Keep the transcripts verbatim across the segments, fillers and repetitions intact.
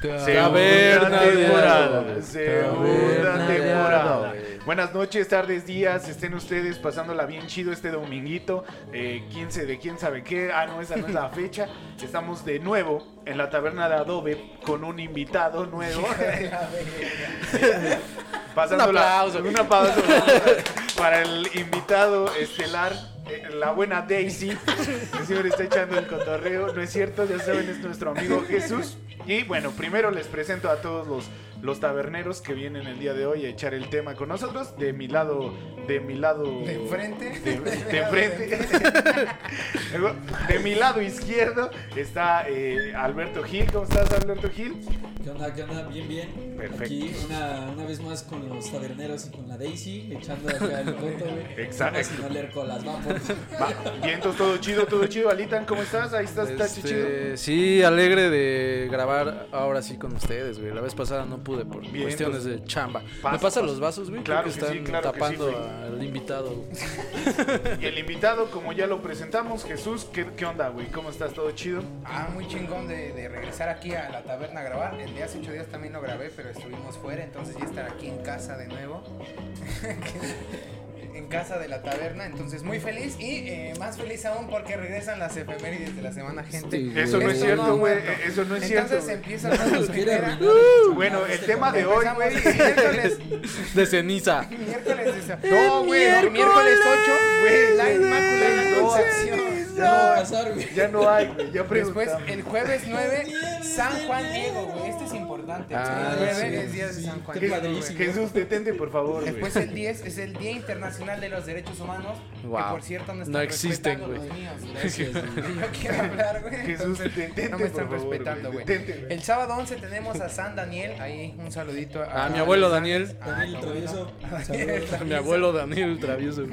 Taberna temporada. Segunda temporada. Buenas noches, tardes, días. Estén ustedes pasándola bien chido este dominguito. Eh, quince de quién sabe qué. Ah, no, esa no es la fecha. Estamos de nuevo en la taberna de Adobe con un invitado nuevo. Pasándola, un aplauso. Un aplauso para el invitado estelar. La buena Daisy, el señor está echando el cotorreo, no es cierto, ya saben, es nuestro amigo Jesús. Y bueno, primero les presento a todos los, los taberneros que vienen el día de hoy a echar el tema con nosotros. De mi lado, de mi lado... De enfrente. De, de enfrente. De mi lado izquierdo está eh, Alberto Gil. ¿Cómo estás, Alberto Gil? ¿Qué onda? ¿Qué onda? Bien, bien. Perfecto. Aquí una, una vez más con los taberneros y con la Daisy, echando acá el coto, güey. Exacto. Sin oler colas, vamos. Va, bien, entonces todo chido, todo chido. Alitan, ¿cómo estás? Ahí estás, está Este, chido. Sí, alegre de grabar ahora sí con ustedes, güey. La vez pasada no pude por Bien, cuestiones entonces, de chamba. paso, ¿Me pasan paso. los vasos, güey? Claro Creo que que están sí, claro que tapando sí, güey. al invitado. Y el invitado, como ya lo presentamos, Jesús, ¿qué, qué onda, güey? ¿Cómo estás? ¿Todo chido? Ah, muy chingón de, de regresar aquí a la taberna a grabar. El de hace ocho días también lo grabé, pero estuvimos fuera, entonces ya estar aquí en casa de nuevo. En casa de la taberna, entonces muy feliz y eh, más feliz aún porque regresan las efemérides de la semana, gente. Sí, Eso no es Esto cierto, no güey. muerto. Eso no es Entonces cierto. empieza la Nos quiere primera. arruinar. Bueno, el tema de hoy, Empezamos güey. miércoles, De ceniza. miércoles de No, güey. miércoles, miércoles ocho, Güey, la Inmaculada no, Concepción. ¿Qué va a pasar, güey? Ya no hay, güey. Ya Después, preguntamos. el jueves nueve, San Juan Diego, güey. Este es importante. Ah, el nueve sí, es día de sí, San Juan qué Diego. padrísimo. güey. Jesús, detente, por favor, güey. Después el diez es el Día Internacional de los Derechos Humanos. Wow. Que por cierto no están No existen, respetando güey. los míos. Gracias, güey. Yo quiero hablar, güey. Jesús, entonces detente, no me están por favor, respetando, güey. güey. Detente, güey. El sábado once tenemos a San Daniel. Ahí un saludito a, A mi abuelo Daniel. Ah, Daniel tu Travieso. abuelo. Saludos. Mi abuelo Daniel Travieso.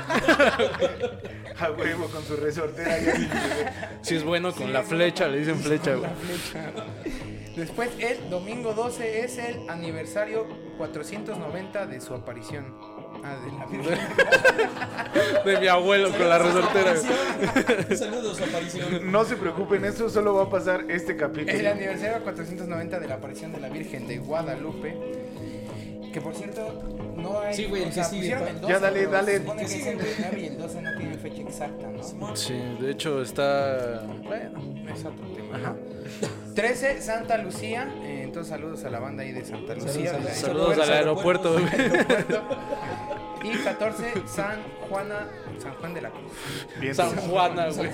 A huevo con su resortera. Ya sí, güey. Si es bueno con la flecha, le dicen flecha, güey. La flecha. Después el domingo doce es el aniversario cuatrocientos noventa de su aparición. Ah, de la Virgen. De mi abuelo con la resortera. güey. Saludos, aparición. No se preocupen, esto solo va a pasar este capítulo. El aniversario cuatrocientos noventa de la aparición de la Virgen de Guadalupe. Que por cierto, no hay. Sí, güey, el o sea, que sigue, pusieron pa. el doce, Ya, dale, pero dale. Se supone El que que es sigue, entre el güey. nueve y el doce no tiene fecha exacta, ¿no? Sí, de hecho está. Bueno. Es otro tema. Ajá. ¿no? trece, Santa Lucía. Eh, entonces, saludos a la banda ahí de Santa Lucía. Saludos de la- Saludos al aeropuerto, güey. Y catorce, San Juana, San Juan de la Cruz. Bien, San entonces, Juana, güey.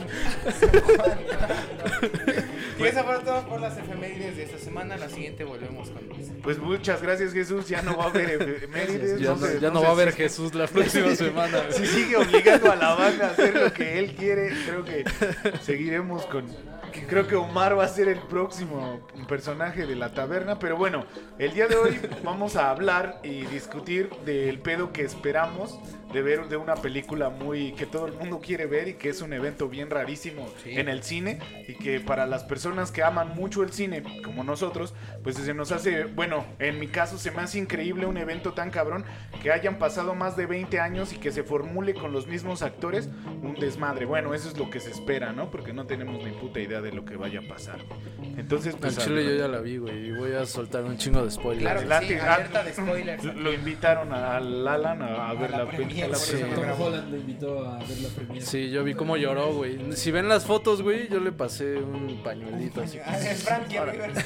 Y eso fue todo por las efemérides de esta semana. La siguiente volvemos con Luis. pues muchas gracias, Jesús. Ya no va a haber efemérides. Ya no, se- ya no se- va a haber Jesús la próxima semana. güey. Si sigue obligando a la banda a hacer lo que él quiere, creo que seguiremos con... que Creo que Omar va a ser el próximo personaje de la taberna. Pero bueno, el día de hoy vamos a hablar y discutir del pedo que esperamos de ver de una película muy que todo el mundo quiere ver y que es un evento bien rarísimo Sí. en el cine y que para las personas que aman mucho el cine como nosotros, pues se nos hace, bueno, en mi caso se me hace increíble un evento tan cabrón que hayan pasado más de veinte años y que se formule con los mismos actores un desmadre. Bueno, eso es lo que se espera, ¿no? Porque no tenemos ni puta idea de lo que vaya a pasar. Entonces, Al pues chile a- yo ya la vi, güey, y voy a soltar un chingo de spoilers. Claro que Adelante, sí, ah, alerta de spoilers. lo invitaron a- al Alan a, a ver la la, película. premiere, la sí. presentación. Tom Holland lo invitó a ver la primera. Sí, yo vi cómo lloró, güey. Si ven las fotos, güey, yo le pasé un pañuelito así. Ah, es Frankie Rivers.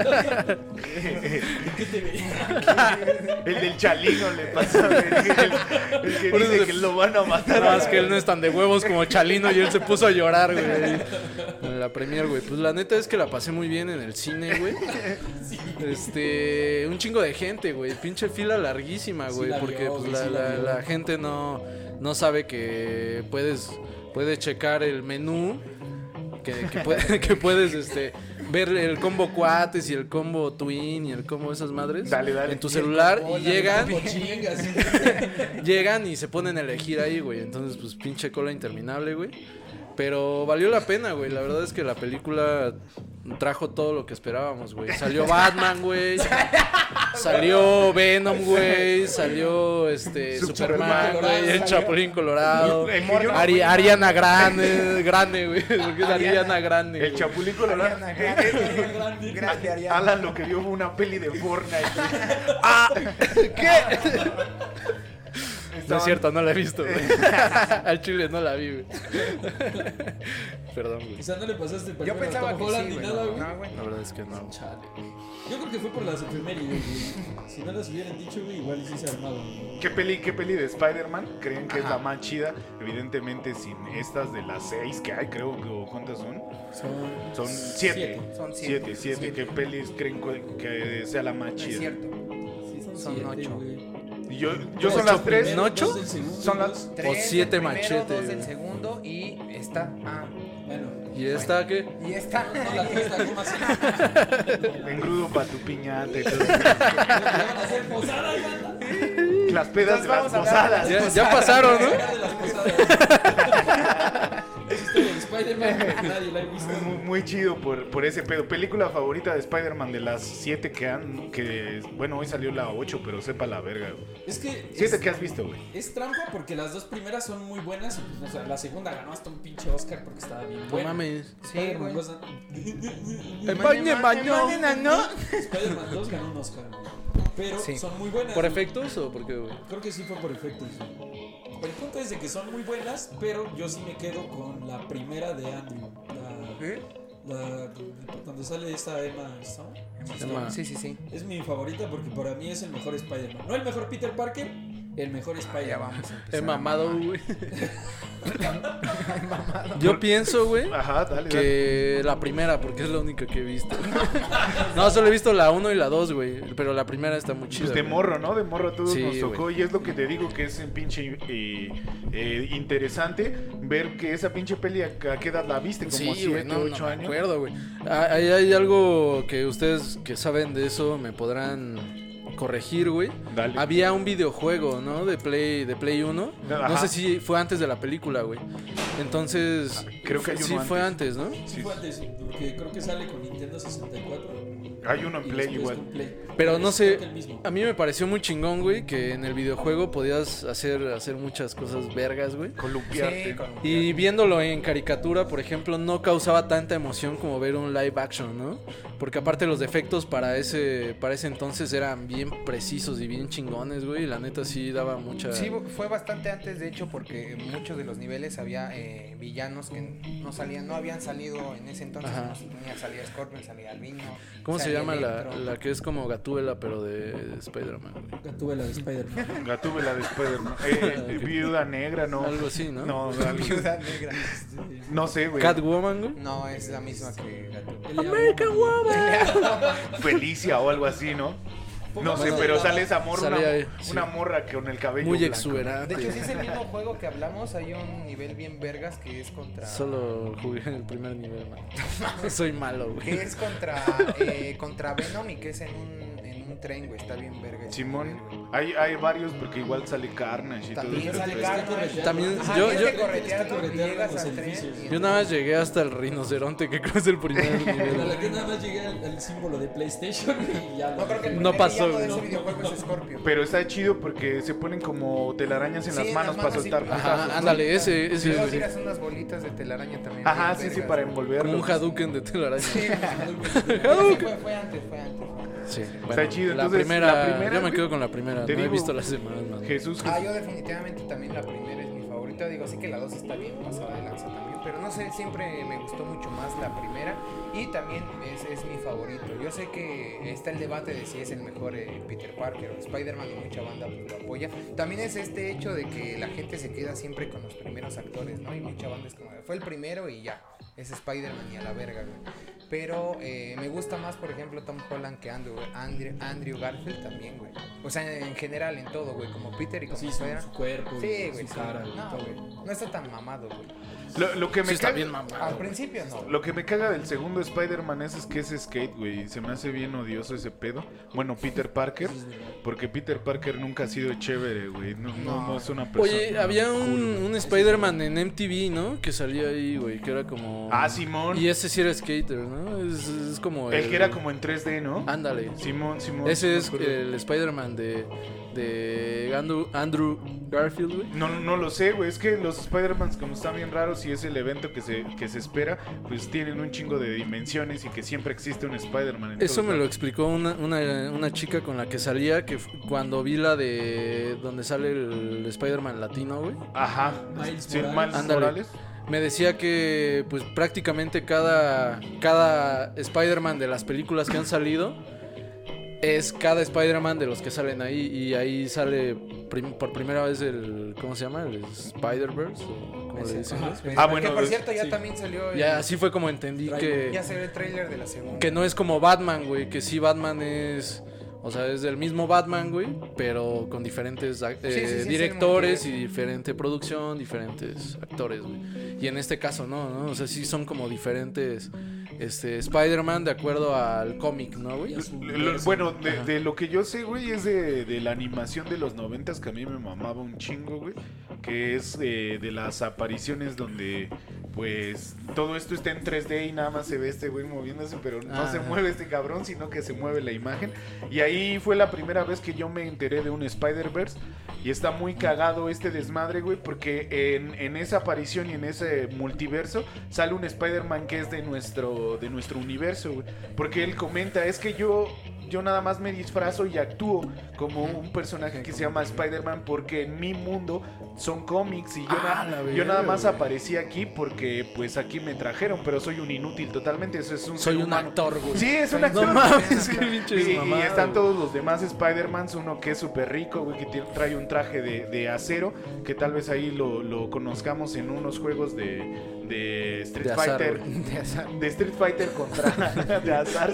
El del Chalino le pasó, el, el- el que Por eso dice se- que lo van a matar. No, es que él no es tan de huevos como Chalino y él se puso a llorar, güey. En la premier, güey. Pues la neta es que la pasé muy bien en el cine, güey. Este, un chingo de gente, güey. Pinche fila larguísima, Sí güey. la Porque vio, pues güey, la, sí la la, vio. la gente no, no sabe que puedes, puedes checar el menú. Que, que, puede- que puedes este ver el combo cuates y el combo twin y el combo esas madres Dale, dale. en tu celular combo, y la llegan Como chingas. llegan y se ponen a elegir ahí, güey. Entonces, pues pinche cola interminable, güey. Pero valió la pena, güey. La verdad es que la película trajo todo lo que esperábamos, güey. Salió Batman, güey. Salió Venom, güey. Salió este Superman, güey. El Chapulín Colorado. El que yo no Ari- fui- Ariana Grande, grande, güey. Porque es Ariana Grande. El güey. Chapulín Colorado. Ariana Eh, eh, Grande. Grande Ariana. Alan lo que vio fue una peli de Fortnite. Ah, ¿qué? No Estaban- es cierto, no la he visto, güey. Al chile no la vi, güey. Perdón, güey. Quizá no le pasaste Yo primero a pensaba Tom que Holland sí, ni güey. nada, güey. No, güey. La verdad es que no. Chale. Yo creo que fue por las efemérides, güey. Si no las hubieran dicho, güey, igual sí se armaba, güey. ¿Qué peli, qué peli de Spider-Man creen que es Ajá. la más chida? Evidentemente sin estas de las seis que hay, creo que o ¿cuántas son? Son, Son siete. Son Siete, siete. siete. ¿Qué pelis creen que- que sea la más No es chida? cierto. Sí, son, Son siete, ocho. güey. Y Yo, yo Dos son del las tres. primero, ¿Ocho? dos del segundo, Son y las- dos- Tres siete del primero, machete, dos del güey. segundo y esta. Ah, Bueno, ¿Y esta qué? y esta. no la cuesta, ¿cómo así? Engrudo pa' tu piñata y todo. Le van a hacer posadas, banda. Las pedas de las Entonces vamos a hablar de posadas. Ya, ya pasaron, ¿no? Hablar de las posadas. Es historia de Spider-Man, que nadie la ha visto. Muy, muy chido por, por ese pedo. Película favorita de Spider-Man de las siete que han. Que, bueno, hoy salió la ocho, pero sepa la verga, güey. Es que Siete es, que has visto, güey. es trampa porque las dos primeras son muy buenas. Y pues, o sea, la segunda ganó hasta un pinche Oscar porque estaba bien No buena. mames. Spider-Man güey. dos- En baño, en baño. Spider-Man dos ganó un Oscar, güey. Pero Sí. son muy buenas. ¿Por güey. efectos o por qué, güey? Creo que sí fue por efectos. Sí. El punto es de que son muy buenas, pero yo sí me quedo con la primera de Andrew. La, ¿Eh? la- cuando sale esta Emma Stone. Emma. Sí, sí, sí. Es mi favorita porque para mí es el mejor Spider-Man. No el mejor Peter Parker, el mejor Ya Spider-Man. vamos a empezar. He mamado, a mamar. güey. Yo pienso, güey, Ajá, dale, dale. que la primera, porque es la única que he visto. No, solo he visto la uno y la dos, güey. Pero la primera está muy chida. Pues de güey. morro, ¿no? De morro a todos Sí, nos tocó. güey. Y es lo que te digo que es un pinche eh, eh, interesante ver que esa pinche peli a, a qué edad la viste, como Sí, güey, siete, no, no ocho me años. acuerdo, güey. Ah, Hay, hay algo que ustedes que saben de eso me podrán corregir, güey. Dale. Había un videojuego, ¿no? De Play, de Play uno. Ajá. No sé si fue antes de la película, güey. Entonces, Creo que hay sí uno fue antes. antes, ¿no? Sí, fue antes, porque creo que sale con Nintendo sesenta y cuatro. Hay uno en y Play después igual. con Play. Pero no Es sé, creo que el mismo. a mí me pareció muy chingón, güey, que en el videojuego podías hacer, hacer muchas cosas vergas, güey. Columpiarte. Sí, con- Y viéndolo en caricatura, por ejemplo, no causaba tanta emoción como ver un live action, ¿no? Porque aparte los defectos para ese para ese entonces eran bien precisos y bien chingones, güey. Y la neta sí daba mucha... Sí, fue bastante antes, de hecho, porque en muchos de los niveles había eh, villanos que no salían, no habían salido en ese entonces. Ajá. No salía, salía Scorpion, salía Rhino. ¿Cómo se salía llama la, Electro. la que es como Gatúbela, pero de Spider-Man, güey? Gatúbela de Spider-Man. Gatúbela de Spider-Man. Eh, Viuda Negra, ¿no? Algo así, ¿no? No, algo- Viuda Negra. no sé, güey. Catwoman, güey. No, es la misma que Gatúbela. American Woman. Felicia o algo así, ¿no? No sé, Bueno, pero la- sale esa morra, una, salía ahí, sí. una morra con el cabello Muy blanco. exuberante. De hecho, sí es el mismo juego que hablamos. Hay un nivel bien vergas que es contra. Solo jugué en el primer nivel, man. Soy malo, güey. Que es contra, eh, contra Venom y que es en un, en un tren, güey. Está bien verga. ese Simón, nivel, güey. hay, hay varios porque igual sale Carnage y También todo eso. sale pero- Carnage. También- Ajá, yo- tienes yo- que corretearlo tienes que y corretear llegas los al tren. edificios. y Yo nada más llegué hasta el rinoceronte, que creo que es el primer Para la nivel. que nada más llegué al, al símbolo de PlayStation y ya. No creo que el No primer pasó, villano de güey. ese videojuego es Scorpio. Pero está chido porque se ponen como telarañas en Sí, las en manos las para manos, sí. soltar Ajá, putazos, ¿no? ándale, ese, ese. Luego güey. tiras unas bolitas de telaraña también. Ajá, bien sí, sí, vergas. para envolverlo. Como un Hadouken de telaraña. Sí, fue, fue, fue antes, fue antes. fue antes. Sí, Está bueno, chido, La, entonces, primera, la primera, yo me güey, quedo con la primera. te No he digo, visto las demás, man. Jesús, Ah, Jesús. yo definitivamente también la primera es mi favorita. Digo, sí que la dos está bien pasada de lanza también. Pero no sé, siempre me gustó mucho más la primera. Y también es, es mi favorito. Yo sé que está el debate de si es el mejor eh, Peter Parker o Spider-Man y mucha banda pues, lo apoya. También es este hecho de que la gente se queda siempre con los primeros actores, ¿no? Y mucha banda es como, fue el primero y ya. Es Spider-Man y a la verga, güey. Pero eh, me gusta más, por ejemplo, Tom Holland que Andrew, Andrew, Andrew Garfield también, güey. O sea, en general, en todo, güey. Como Peter y como Sí, su, Spider-Man. su cuerpo, Sí, su güey. sí. cara. y No, todo. güey. No está tan mamado, güey. Lo, lo que me Sí está caga- bien mamado. Al principio no. Lo que me caga del segundo Spider-Man es, es que es skate, güey. Se me hace bien odioso ese pedo. Bueno, Peter Parker. Eso es verdad. Porque Peter Parker nunca ha sido chévere, güey. No, no, No. no es una persona. Oye, había un, cool, güey. un Spider-Man en M T V, ¿no? Que salía ahí, güey, que era como... Ah, Simón. Y ese sí era skater, ¿no? ¿no? Es, es como El que era como en tres D, ¿no? Ándale. Simón, Simón. Ese es me acuerdo. el Spider-Man de, de Andrew, Andrew Garfield, güey. No, no lo sé, güey. Es que los Spider-Man, como están bien raros y es el evento que se, que se espera, pues tienen un chingo de dimensiones y que siempre existe un Spider-Man. en Eso todos me lo lados. explicó una, una, una chica con la que salía, que f- cuando vi la de donde sale el Spider-Man latino, güey. Ajá. Miles Sí, Morales. Miles Ándale. Morales. Me decía que pues prácticamente cada, cada Spider-Man de las películas que han salido es cada Spider-Man de los que salen ahí. Y ahí sale prim- por primera vez el, ¿cómo se llama? El Spider-Verse, ¿o cómo le dicen? Ajá. Ah, bueno, que por pues, cierto ya sí. también salió el- Ya así fue como entendí que, ya salió el tráiler de la segunda. que no es como Batman, güey. Que sí, Batman es... O sea, es del mismo Batman, güey, pero con diferentes ac- Sí, sí, eh, sí, es el directores y multiverso. diferente producción, diferentes actores, güey. Y en este caso no, ¿no? O sea, sí son como diferentes este Spider-Man de acuerdo al cómic, ¿no, güey? Y a su Lo- universo. bueno, de, Ajá. de lo que yo sé, güey, es de, de la animación de los noventas que a mí me mamaba un chingo, güey. Que es eh, de las apariciones donde, pues, todo esto está en tres D y nada más se ve este güey moviéndose, pero no Ajá. se mueve este cabrón, sino que se mueve la imagen. Y ahí fue la primera vez que yo me enteré de un Spider-Verse. Y está muy cagado este desmadre, güey, porque en, en esa aparición y en ese multiverso sale un Spider-Man que es de nuestro, de nuestro universo, güey. Porque él comenta, es que yo, yo nada más me disfrazo y actúo como un personaje que se llama Spider-Man porque en mi mundo son cómics y yo, Ah, na- la yo nada verga, más güey. aparecí aquí porque pues aquí me trajeron, pero soy un inútil totalmente, eso es un Soy ser un humano. actor, güey. Sí, es un No actor. mames, qué pinches y, y mamadas, están güey. todos los demás Spider-Mans, uno que es súper rico, güey, que tiene- trae un traje de, de acero, que tal vez ahí lo, lo conozcamos en unos juegos de, de Street De azar, Fighter. güey. De azar. De Street Fighter contra de azar,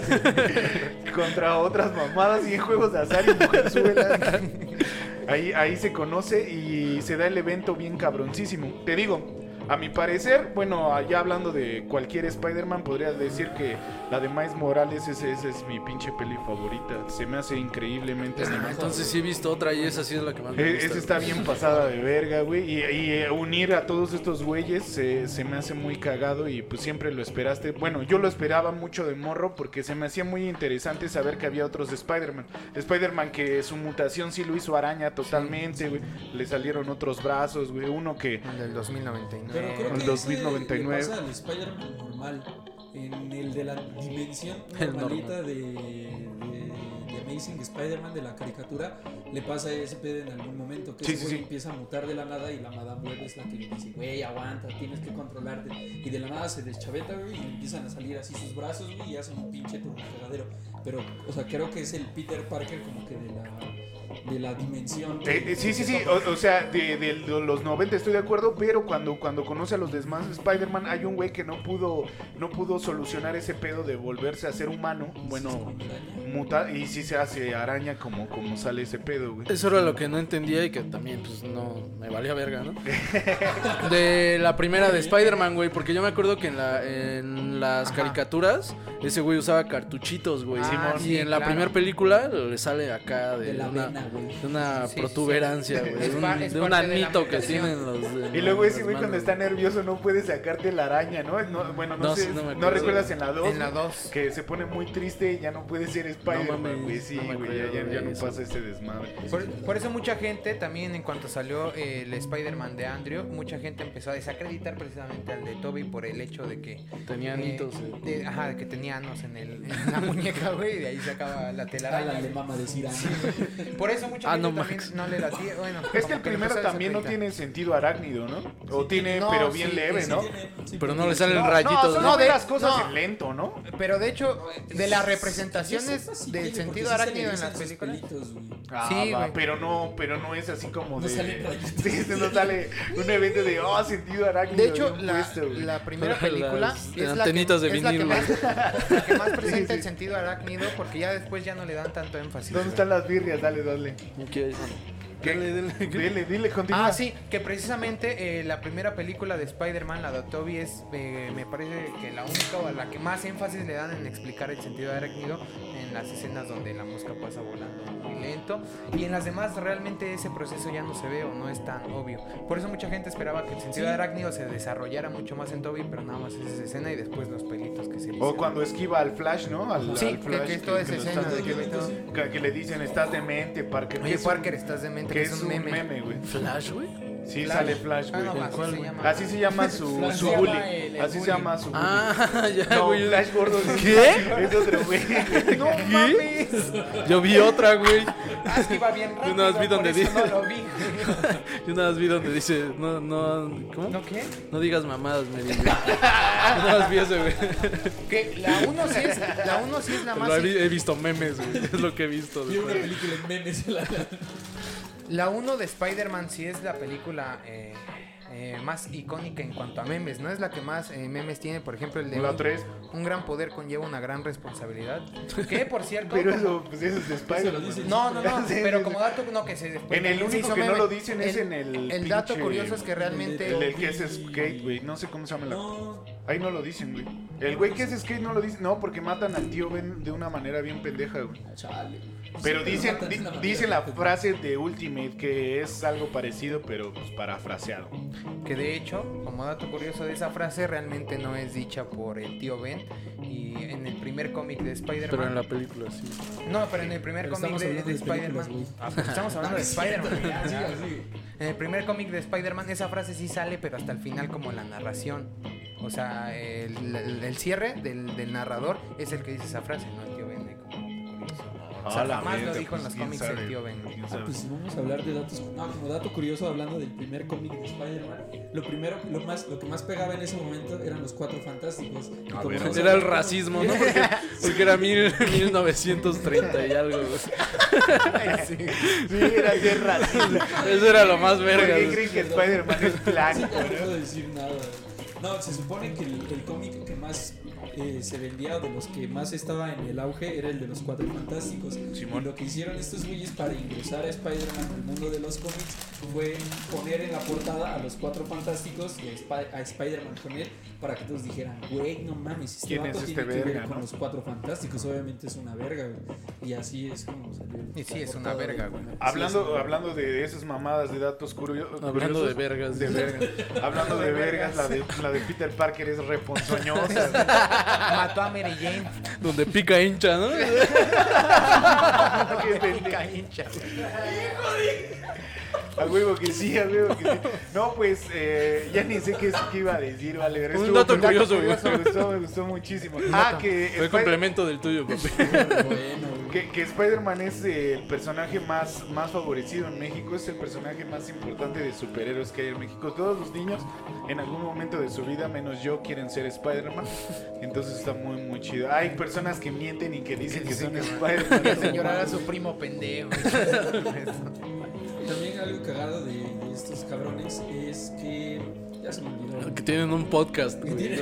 sí, contra otras mamadas y en juegos de azar y mujerzuelas. Ahí, ahí se conoce y se da el evento bien cabroncísimo. Te digo, a mi parecer, bueno, ya hablando de cualquier Spider-Man, podría decir que la de Miles Morales, esa esa es mi pinche peli favorita. Se me hace increíblemente Ah, animada. entonces sí he visto otra y esa sí es la que más me Eh, gusta. Esa está bien pasada de verga, güey. Y, y, eh, unir a todos estos güeyes se, se me hace muy cagado y pues siempre lo esperaste. Bueno, yo lo esperaba mucho de morro porque se me hacía muy interesante saber que había otros de Spider-Man. Spider-Man que su mutación sí lo hizo araña totalmente, güey. Le salieron otros brazos, güey. Uno que... El del dos mil noventa y nueve. Pero creo El que dos mil ese noventa y nueve. le pasa al Spider-Man normal. En el de la dimensión El normalita de, de, de Amazing Spider-Man de la caricatura, le pasa ese pedo en algún momento. Que Sí, ese sí, güey sí. empieza a mutar de la nada y la Madame Web es la que le dice, güey, aguanta, tienes que controlarte. Y de la nada se deschaveta, güey, y le empiezan a salir así sus brazos, güey, y hacen un pinche turbocagadero. Pero, o sea, creo que es el Peter Parker como que de la, de la dimensión. Eh, eh, sí, sí, sí, o, o sea, de, de los noventa estoy de acuerdo, pero cuando, cuando conoce a los demás Spider-Man hay un güey que no pudo, no pudo solucionar ese pedo de volverse a ser humano, bueno, muta, y sí se hace araña como, como sale ese pedo, güey. Eso era lo que no entendía y que también, pues, no me valía verga, ¿no? De la primera de Spider-Man, güey, porque yo me acuerdo que en, la, en las Ajá. caricaturas ese güey usaba cartuchitos, güey. Ah, y sí, en la claro. primera película le sale acá de, De la una, vena, güey. de una Sí, sí, protuberancia, sí. güey. Es De un, pa- es de un parte de la anito que mutación. tienen los... de- Y luego ese las güey cuando manos, está nervioso no puede sacarte la araña, ¿no? No, bueno, no, No, sé, sí, no me no, acuerdo. recuerdas en la dos. En la dos. Que se pone muy triste y ya no puede ser Spider-Man, mames, güey. Sí, no me güey, ya, ya- acuerdo ya de no eso. pasa ese desmadre. Por, por eso mucha gente también en cuanto salió eh, el Spider-Man de Andrew, mucha gente empezó a desacreditar precisamente al de Toby por el hecho de que Tenía eh, anitos, eh. de- ajá, de que tenía anos en, el, en la muñeca, güey, y de ahí sacaba la Ah, telaraña. la le mama decir Por eso mucha Ah, gente no, también Max. no le latía, bueno. Es que como el le primero empezó a también no desacreditar. tiene sentido arácnido, ¿no? O tiene, no, pero bien sí, leve, sí ¿no? Pero no le salen No, rayitos, no, ¿no? no, No, ve de- las cosas no. en lento, ¿no? Pero de hecho, de las Esa representaciones sí del tiene, sentido porque sí se le arácnido en las erizan sus películas. pelitos, güey. Ah, Sí, va, güey. pero no, pero no es así como No de. salen rayitos. Sí, este no sale un evento de oh, sentido arácnido. De hecho, bien la, puesto, güey. la primera Las película es la que, antenitas de es la que vinil, más, la que más presenta Sí, el sí. sentido arácnido porque ya después ya no le dan tanto énfasis. ¿Dónde están las birrias? Dale, dale. Aquí hay, mano. ¿Qué? Dile, dile. Dile, dile, continúa. Ah, sí, que precisamente eh, la primera película de Spider-Man, la de Tobey, es, eh, me parece que la única o a la que más énfasis le dan en explicar el sentido arácnido en las escenas donde la mosca pasa volando muy lento. Y en las demás realmente ese proceso ya no se ve o no es tan obvio. Por eso mucha gente esperaba que el sentido Sí. arácnido se desarrollara mucho más en Tobey, pero nada más es esa escena y después los pelitos que se le O hicieron. cuando esquiva al Flash, ¿no? Al, Sí, al que- Flash que es toda esa lo escena está- de que- que, que- que le dicen, estás demente, Parker. Oye, que es un- Parker, estás demente, que es un meme, güey. Flash, güey. Sí, Flash. sale Flash, Ah, güey. no, así ¿Cuál, se güey? llama. Así se llama su, Flash su se bully. llama el- el Así se bully. llama su bully. Ah, ya, No, güey. Flash gordo. ¿Qué? Es otro güey. ¡No mames! Yo vi otra, güey. Ah, es que iba bien rápido. Yo nada más vi por donde eso dice- no lo vi. Yo nada más vi donde dice, no, no, ¿cómo? ¿No qué? No digas mamadas, me dice. Yo nada más vi ese, güey. Que la uno sí es la uno sí es la más Lo he, he visto memes, güey. Es lo que he visto. Vi una después. película en memes. La, la- la uno de Spider-Man sí es la película eh, eh, más icónica en cuanto a memes, no es la que más eh, memes tiene, por ejemplo, el de La un, tres. un gran poder conlleva una gran responsabilidad. Que por cierto, Pero como- eso, pues eso es de Eso lo Spider-Man. dice. no, no, no, Sí, pero sí, como sí. dato no que se después En el también se único hizo que no meme. lo dicen es en el el dato pinche- curioso es que realmente El, el que es skate, güey. No sé cómo se llama la. No, Ahí no lo dicen, güey. El güey que es skate no lo dice. No, porque matan al tío Ben de una manera bien pendeja, güey. chale. Pero Sí, dicen, matan di- de una dice manera la frase de Ultimate que es algo parecido, pero pues parafraseado. que de hecho, como dato curioso de esa frase, realmente no es dicha por el tío Ben. Y en el primer cómic de Spider-Man. Pero en la película sí. No, pero en el primer Pero cómic estamos de, hablando de de películas, Spider-Man. güey. Ah, pero estamos hablando de Spider-Man. Sí, así. En el primer cómic de Spider-Man, esa frase sí sale, pero hasta el final, como la narración. O sea, el, el- el cierre del, del narrador es el que dice esa frase, no el tío Ben. eh, como curioso. O sea, Ah, la jamás lo verga, dijo en pues, los quién cómics sabe, del tío Ben. quién Ah, sabe. pues vamos a hablar de datos. No, como dato curioso, hablando del primer cómic de Spider-Man, lo primero, lo más, lo que más pegaba en ese momento eran los Cuatro Fantásticos. Y A como ver. no Era el sabía- racismo, ¿no? Porque, porque era mil, mil novecientos treinta y algo, güey. Sí, era de racista. Eso era lo más ¿Por verga, qué güey. creen que Spider-Man es Sí, blanco? ya no puedo decir nada. No, se supone que el, el cómic que más eh, se vendía, de los que más estaba en el auge, era el de los Cuatro Fantásticos. Simón. Y lo que hicieron estos güeyes para ingresar a Spider-Man al mundo de los cómics fue poner en la portada a los Cuatro Fantásticos y a, Spi- a Spider-Man con él, para que todos dijeran, güey, no mames, este ¿Quién vato es tiene este que ver verga, con no? los Cuatro Fantásticos, obviamente es una verga, güey. Y así es como salió. Y sí, la es una portada verga, del güey. primer- sí, Hablando, es una hablando de esas mamadas de datos curiosos. Hablando de vergas. De vergas. Hablando de vergas, la de, la de Peter Parker es reponzoñosa. Mató a Mary Jane. Donde pica hincha, ¿no? Qué pendejo. A huevo que sí, a huevo que sí. No, pues, eh, ya ni sé qué, qué iba a decir, vale. Un Estuvo- dato un curioso, güey. Me gustó, me gustó muchísimo. Ah, que, Fue Spider- complemento del tuyo, papi. Bueno, güey. que, que Spider-Man es eh, el personaje más, más favorecido en México. Es el personaje más importante de superhéroes que hay en México. Todos los niños, en algún momento de su vida, menos yo, quieren ser Spider-Man. Entonces está muy, muy chido. Hay personas que mienten y que dicen que son Spider-Man. Que hace llorar a su primo pendejo. También algo cagado de, de estos cabrones es que. Ya se me olvidó. Que tienen un podcast, Que güey. tienen-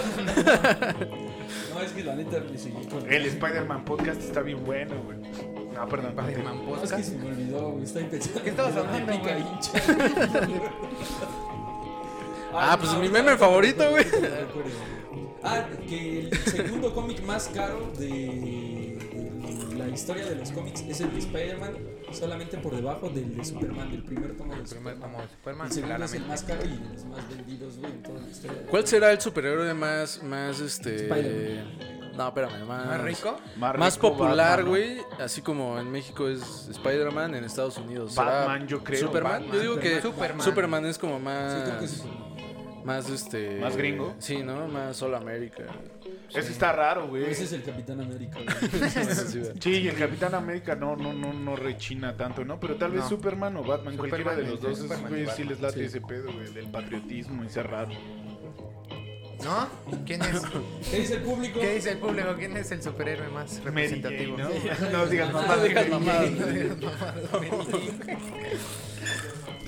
No, es que la neta me seguí con. El Spider-Man podcast está bien bueno, güey. No, perdón. Spider-Man No, es que Podcast. se me olvidó, güey. Estoy pensando. ¿Qué estabas en la hablando, típica güey? hincha. Ah, pues no, mi ahorita- meme favorito, güey. ahorita me recuerdo. Ah, que el segundo cómic más caro de, de la historia de los cómics es el de Spider-Man, solamente por debajo del de Superman, del primer tomo de El primer Superman. como de Superman, El segundo es claramente. el más caro y de los más vendidos, güey, en toda la historia. ¿Cuál será el superhéroe más, más, este... Spider-Man. No, espérame, más... ¿Más rico? Más rico popular, Batman, ¿no? güey, así como en México es Spider-Man, en Estados Unidos será Batman, yo creo. Superman. Batman. Yo digo que Superman. Superman, es como Sí, más creo que sí. más este ¿Más gringo? Sí, ¿no? Más All America. Eso está raro, güey. Ese es el Capitán América, güey. Sí, güey. Sí, y el Capitán América no, no, no, no rechina tanto, ¿no? Pero tal vez No. Superman o Batman, Superman, cualquiera de los el- dos, el esos Superman y güeyes sí Batman, les late sí. ese pedo, güey, del patriotismo y ser raro. ¿No? ¿Quién es? ¿Qué dice el público? ¿Qué dice el público? ¿Quién es el superhéroe más Mary representativo? Jane, ¿no? No digas No mamadas. digas Mary mamadas. Jane.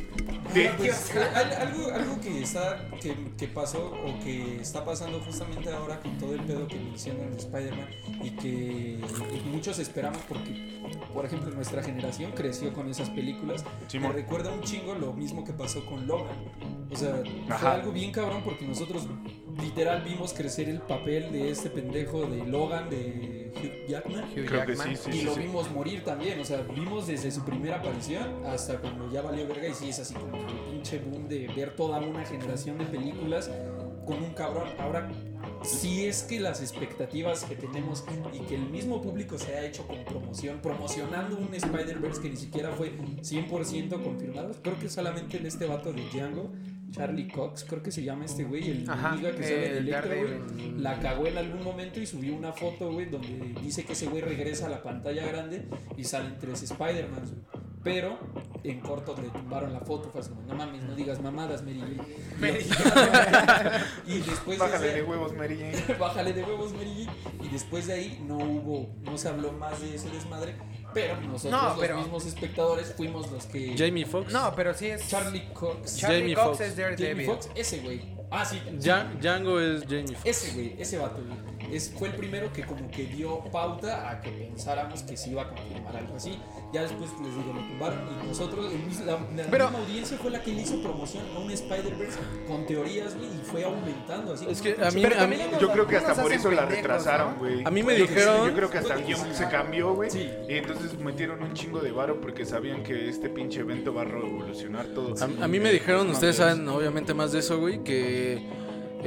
Sí. Pues, eh, al- algo, algo que está que, que pasó o que está pasando justamente ahora con todo el pedo que mencionan de Spider-Man y que y muchos esperamos porque, por ejemplo, nuestra generación creció con esas películas. Simón. Me recuerda un chingo lo mismo que pasó con Logan. O sea, fue Ajá. algo bien cabrón porque nosotros literal vimos crecer el papel de este pendejo de Logan, de Hugh Jackman. Hugh Creo que Jackman. sí, sí, Y sí. lo sí. vimos morir también, o sea, vimos desde su primera aparición hasta cuando ya valió verga y sí es así como un pinche boom de ver toda una generación de películas con un cabrón. Ahora, si es que las expectativas que tenemos y que el mismo público se ha hecho con promoción, promocionando un Spider-Verse que ni siquiera fue cien por ciento confirmado, creo que solamente en este vato de Django, Charlie Cox, creo que se llama este güey, el Ajá, amiga que sale de el Electro, güey, Daredevil. la cagó en algún momento y subió una foto, güey, donde dice que ese güey regresa a la pantalla grande y salen tres Spider-Mans, güey. Pero en corto le tumbaron la foto, fue así como, no mames, no digas mamadas, Mary Jane. Y después Bájale de de ese- huevos, Mary Jane. Bájale de huevos, Mary Jane. Y después de ahí no hubo, no se habló más de ese desmadre. Pero nosotros, No, los pero- mismos espectadores, fuimos los que. Jamie Foxx. No, pero sí es. Charlie Cox. Charlie Jamie Cox Foxx. es Jamie Daredevil. Foxx, ese güey. Ah, sí. sí. Ja- Django es Jamie Foxx. Ese güey, ese vato, güey. Es, fue el primero que como que dio pauta a que pensáramos que se iba a confirmar algo así. Ya después les digo, lo tumbaron y nosotros, el mis- la, la Pero- misma audiencia fue la que le hizo promoción a un Spider-Verse con teorías, güey, y fue aumentando así. Es como que un a mí, Pero a mí, también nos- Yo creo que hasta nos por hacen eso la pendejos, retrasaron, ¿no? güey. a mí me Puede que sí, dijeron. Yo creo que hasta el guión se cambió, güey. Sí. Y entonces metieron un chingo de varo porque sabían que este pinche evento va a revolucionar todo. A, a mí me dijeron, ustedes saben obviamente más de eso, güey, que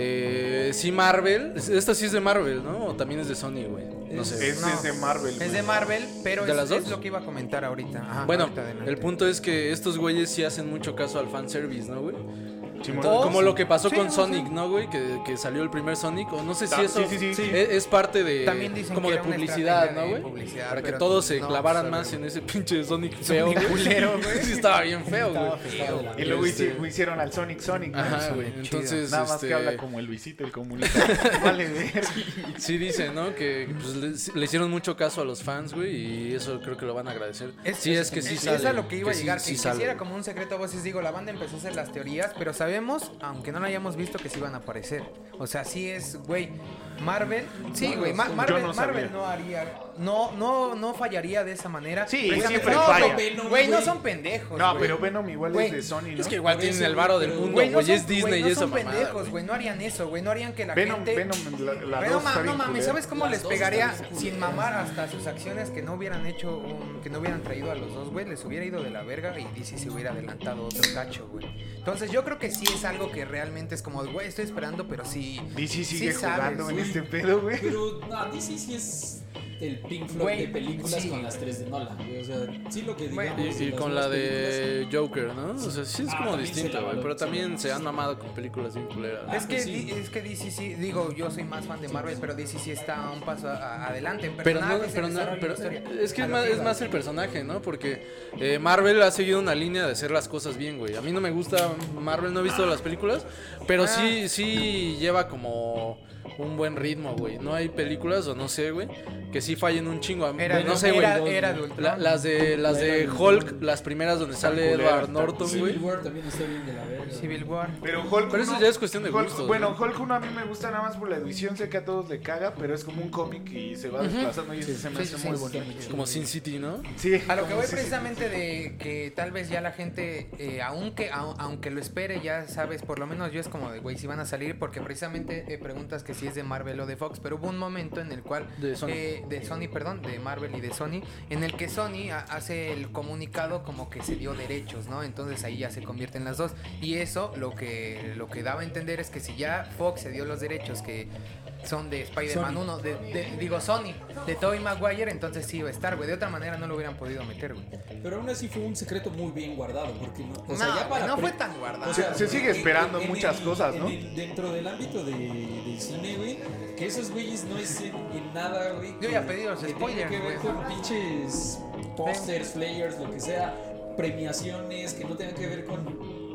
eh, sí Marvel, esta sí es de Marvel, ¿no? O también es de Sony, güey. No sé. Es No. desde Marvel, Es güey. de Marvel, pero ¿De es, las dos? es lo que iba a comentar ahorita. Ajá, Bueno, ahorita adelante. el punto es que estos güeyes sí hacen mucho caso al fanservice, ¿no, güey? Simón. Entonces, Oh, como sí. lo que pasó Sí, con no, Sonic, sí. ¿no, güey? Que, que salió el primer Sonic, o no sé si Ah, eso sí, sí, sí. Es, es parte de También dicen como que de era una publicidad, estrategia ¿no, de güey? publicidad, Para que pero todos se no, clavaran pues, más en ese pinche Sonic Sonic feo, güey. culero, güey. Sí estaba bien feo, güey. Estaba feo. Y luego Este- hici- hicieron al Sonic Sonic, ¿no? Ajá, Eso, güey. chido. Entonces, Nada más este, que habla como el Luisito, el comunista. Vale, ver. Sí dice, ¿no? Que pues, le, le hicieron mucho caso a los fans, güey, y eso creo que lo van a agradecer. sí, es que sí es, sale. es a lo que iba a sí- llegar, sí que, que sale. sí era como un secreto a voces. Digo, la banda empezó a hacer las teorías, pero sabemos, aunque no lo hayamos visto, que sí iban a aparecer. O sea, sí es, güey, Marvel, sí, güey, Ma- Yo Marvel, no sabía. Marvel no haría, no, no, no fallaría de esa manera. Sí, Precisamente- siempre no, falla. güey, güey, no son pendejos. No, güey. pero Venom igual Güey, es de Sony, ¿no? Es que igual Por tienen eso, el varo del pero- mundo, Güey, güey. no Es son, Disney güey, y no esa son mamada, pendejos, güey. güey, no harían eso, güey, no harían que la Venom, gente... Venom, la, la Pero dos ma- está no bien mames, culera. ¿sabes cómo Las les dos pegaría están bien sin culeras. mamar hasta sus acciones que no hubieran hecho, un- que no hubieran traído a los dos, güey? Les hubiera ido de la verga y D C se hubiera adelantado otro cacho, güey. Entonces yo creo que sí es algo que realmente es como, güey, estoy esperando, pero sí... D C sigue sí sabes, jugando en güey. este pedo, güey. Pero no, D C sí es el Pink Floyd Güey, de películas sí. con las tres de Nolan, güey. O sea, sí lo que Güey, digamos. Y, y de las con nuevas la de películas, Joker, ¿no? O sea, sí es Ah, como también se distinto, la güey. való, Pero sí. también se han mamado con películas bien culeras. Ah, Es que, pues sí. di- es que D C sí, digo, yo soy más fan de Marvel, pero D C sí está un paso a- a- adelante. En Pero no, personajes, en pero no, desarrollo de pero historia. es que A es lo más, es iba. más el personaje, ¿no? Porque eh, Marvel ha seguido una línea de hacer las cosas bien, güey. A mí no me gusta Marvel, no he visto las películas, pero sí, sí lleva como un buen ritmo, güey. No hay películas, o no sé, güey, que sí fallen un chingo. Era, Güey, no sé, güey. era, dos, era ¿no? de Ultron. La- las de las de Hulk, las primeras donde sale culeras, Edward están Norton, Civil güey. War también está bien de la verga. Civil War. Pero Hulk Pero eso uno- ya es cuestión de Hulk- gustos, Bueno, ¿no? Hulk uno a mí me gusta nada más por la edición. Sé que a todos le caga, pero es como un cómic y se va desplazando y eso se me Sí, hace sí, muy sí, bonito. sí. Como Sin City, ¿no? Sí, A lo que como voy sí, sí. precisamente de que tal vez ya la gente, eh, aunque, au- aunque lo espere, ya sabes, por lo menos yo es como de, güey, si van a salir, porque precisamente eh, preguntas que si es de Marvel o de Fox, pero hubo un momento en el cual, De Sony. eh, de Sony, perdón, de Marvel y de Sony, en el que Sony ha- hace el comunicado como que se dio derechos, ¿no? Entonces ahí ya se convierten las dos. Y eso lo que, lo que daba a entender es que si ya Fox se dio los derechos que son de Spider-Man Sony. uno, de, de- digo Sony, de Tobey Maguire, entonces sí iba a estar, güey. De otra manera no lo hubieran podido meter, güey. Pero aún así fue un secreto muy bien guardado. Porque no, o sea, No, ya para no pre- fue tan guardado. o sea, Se sigue en- esperando en- en muchas el- cosas, ¿no? en el- dentro del ámbito de, del cine, güey, que esos güeyes no es en, en nada, güey. Yo que- ya pedí los que tenga spoilers, que ver güey. con pinches pósters, flyers, lo que sea, premiaciones, que no tengan que ver con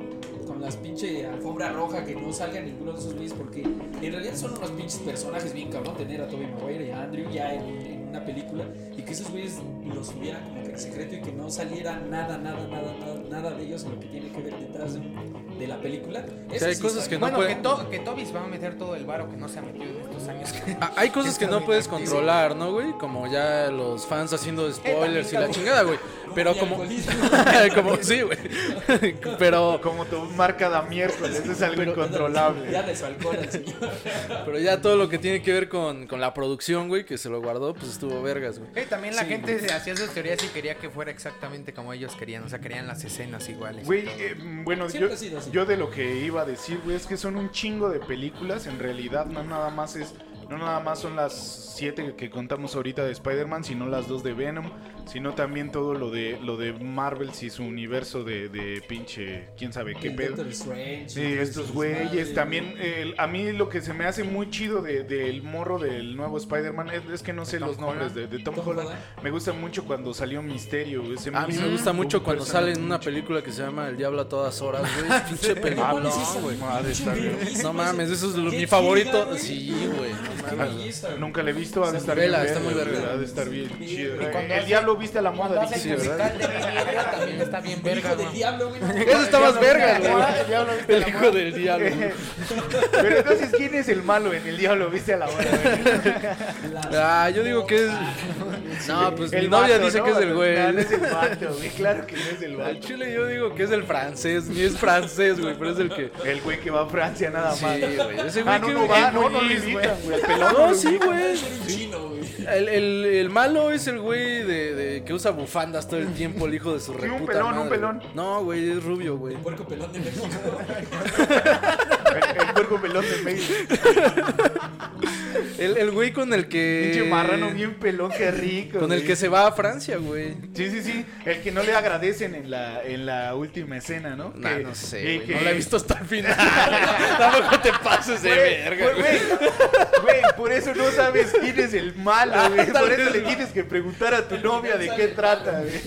con las pinche alfombra roja que no salga ninguno de esos güeyes porque en realidad son unos pinches personajes bien cabrón tener a Tobey Maguire y a Andrew ya en, en una película y que esos güeyes los subieran como que en secreto y que no saliera nada, nada, nada, nada, nada de ellos en lo que tiene que ver detrás de, de la película. O sea, hay sí cosas que no bueno, pueden... que, to, que Toby se va a meter todo el varo que no se ha metido en estos años. Ah, hay cosas que no puedes controlar, ¿no, güey? Como ya los fans haciendo spoilers y la chingada, güey. Pero como... como sí, güey. Pero... Como tu marca de miércoles, es algo Pero, incontrolable. Ya de su alcohol al señor. Pero ya todo lo que tiene que ver con, con la producción, güey, que se lo guardó, pues estuvo vergas, güey. Eh, también la Sí, gente güey. hacía sus teorías y quería que fuera exactamente como ellos querían. O sea, querían las escenas iguales. y Güey, todo. eh, bueno, Siempre yo, ha sido así. yo de lo que iba a decir, güey, es que son un chingo de películas. En realidad, no nada más es, no nada más son las siete que contamos ahorita de Spider-Man, sino las dos de Venom, sino también todo lo de lo de Marvel y su universo de, de pinche, quién sabe qué El pedo. Doctor Strange, Sí, y estos sus güeyes, madres, también el- a mí lo que se me hace muy chido de- del morro del nuevo Spider-Man es, es que no sé Tom los nombres de, de Tom, Tom Holland. Holland. Me gusta mucho cuando salió Misterio. güey, se A mí me hizo gusta un mucho cuando personaje sale en una muy chido. película que se llama El Diablo a todas horas, güey. Pinche película, Ah, sí, güey. madre, está bien. No mames, eso es lo- Qué mi favorito. chida, güey. Sí, güey. No Qué mames. belleza, güey. Nunca la he visto, ha de estar Vela, bien está muy verga, verga. ha de estar bien Sí, chido. y cuando El hace- diablo viste a la moda, Cuando hace dijiste, el ¿verdad? musical de Billy Elliot también está bien El verga, hijo del güey. diablo, güey. no. Eso está más verga, güey. El diablo viste a El la hijo moda. del diablo. güey. Pero entonces, ¿quién es el malo en el diablo viste a la moda? Ah, yo digo que es. No, pues mi El novia vato, dice ¿no? que es el güey. No, no es el vato, güey, claro que no es el Al vato. chile yo digo que es el francés, ni es francés, güey, pero es el que... El güey que va a Francia nada Sí, más. güey, ese güey Ah, no, que... no va, el no, no lo Muñiz, invitan, güey. güey. al pelón No, lo sí, invitan. güey. Ser un chino, güey. El, el, el malo es el güey de, de que usa bufandas todo el tiempo, el hijo de su Sí, reputa un pelón, un madre. pelón. No, güey, es rubio, güey. Puerco pelón de México. El, el puerco pelón de México. El, el güey con el que... Pinche marrano bien pelón, qué rico. Con el güey. que se va a Francia, güey. Sí, sí, sí. El que no le agradecen en la, en la última escena, ¿no? Nah, Que- no sé, y güey, que- no la he visto hasta el final. Tampoco te pases de Güey, verga, güey, güey. güey, por eso no sabes quién es el malo, güey. Tal Por eso vez le no. tienes que preguntar a tu novia de qué trata, güey.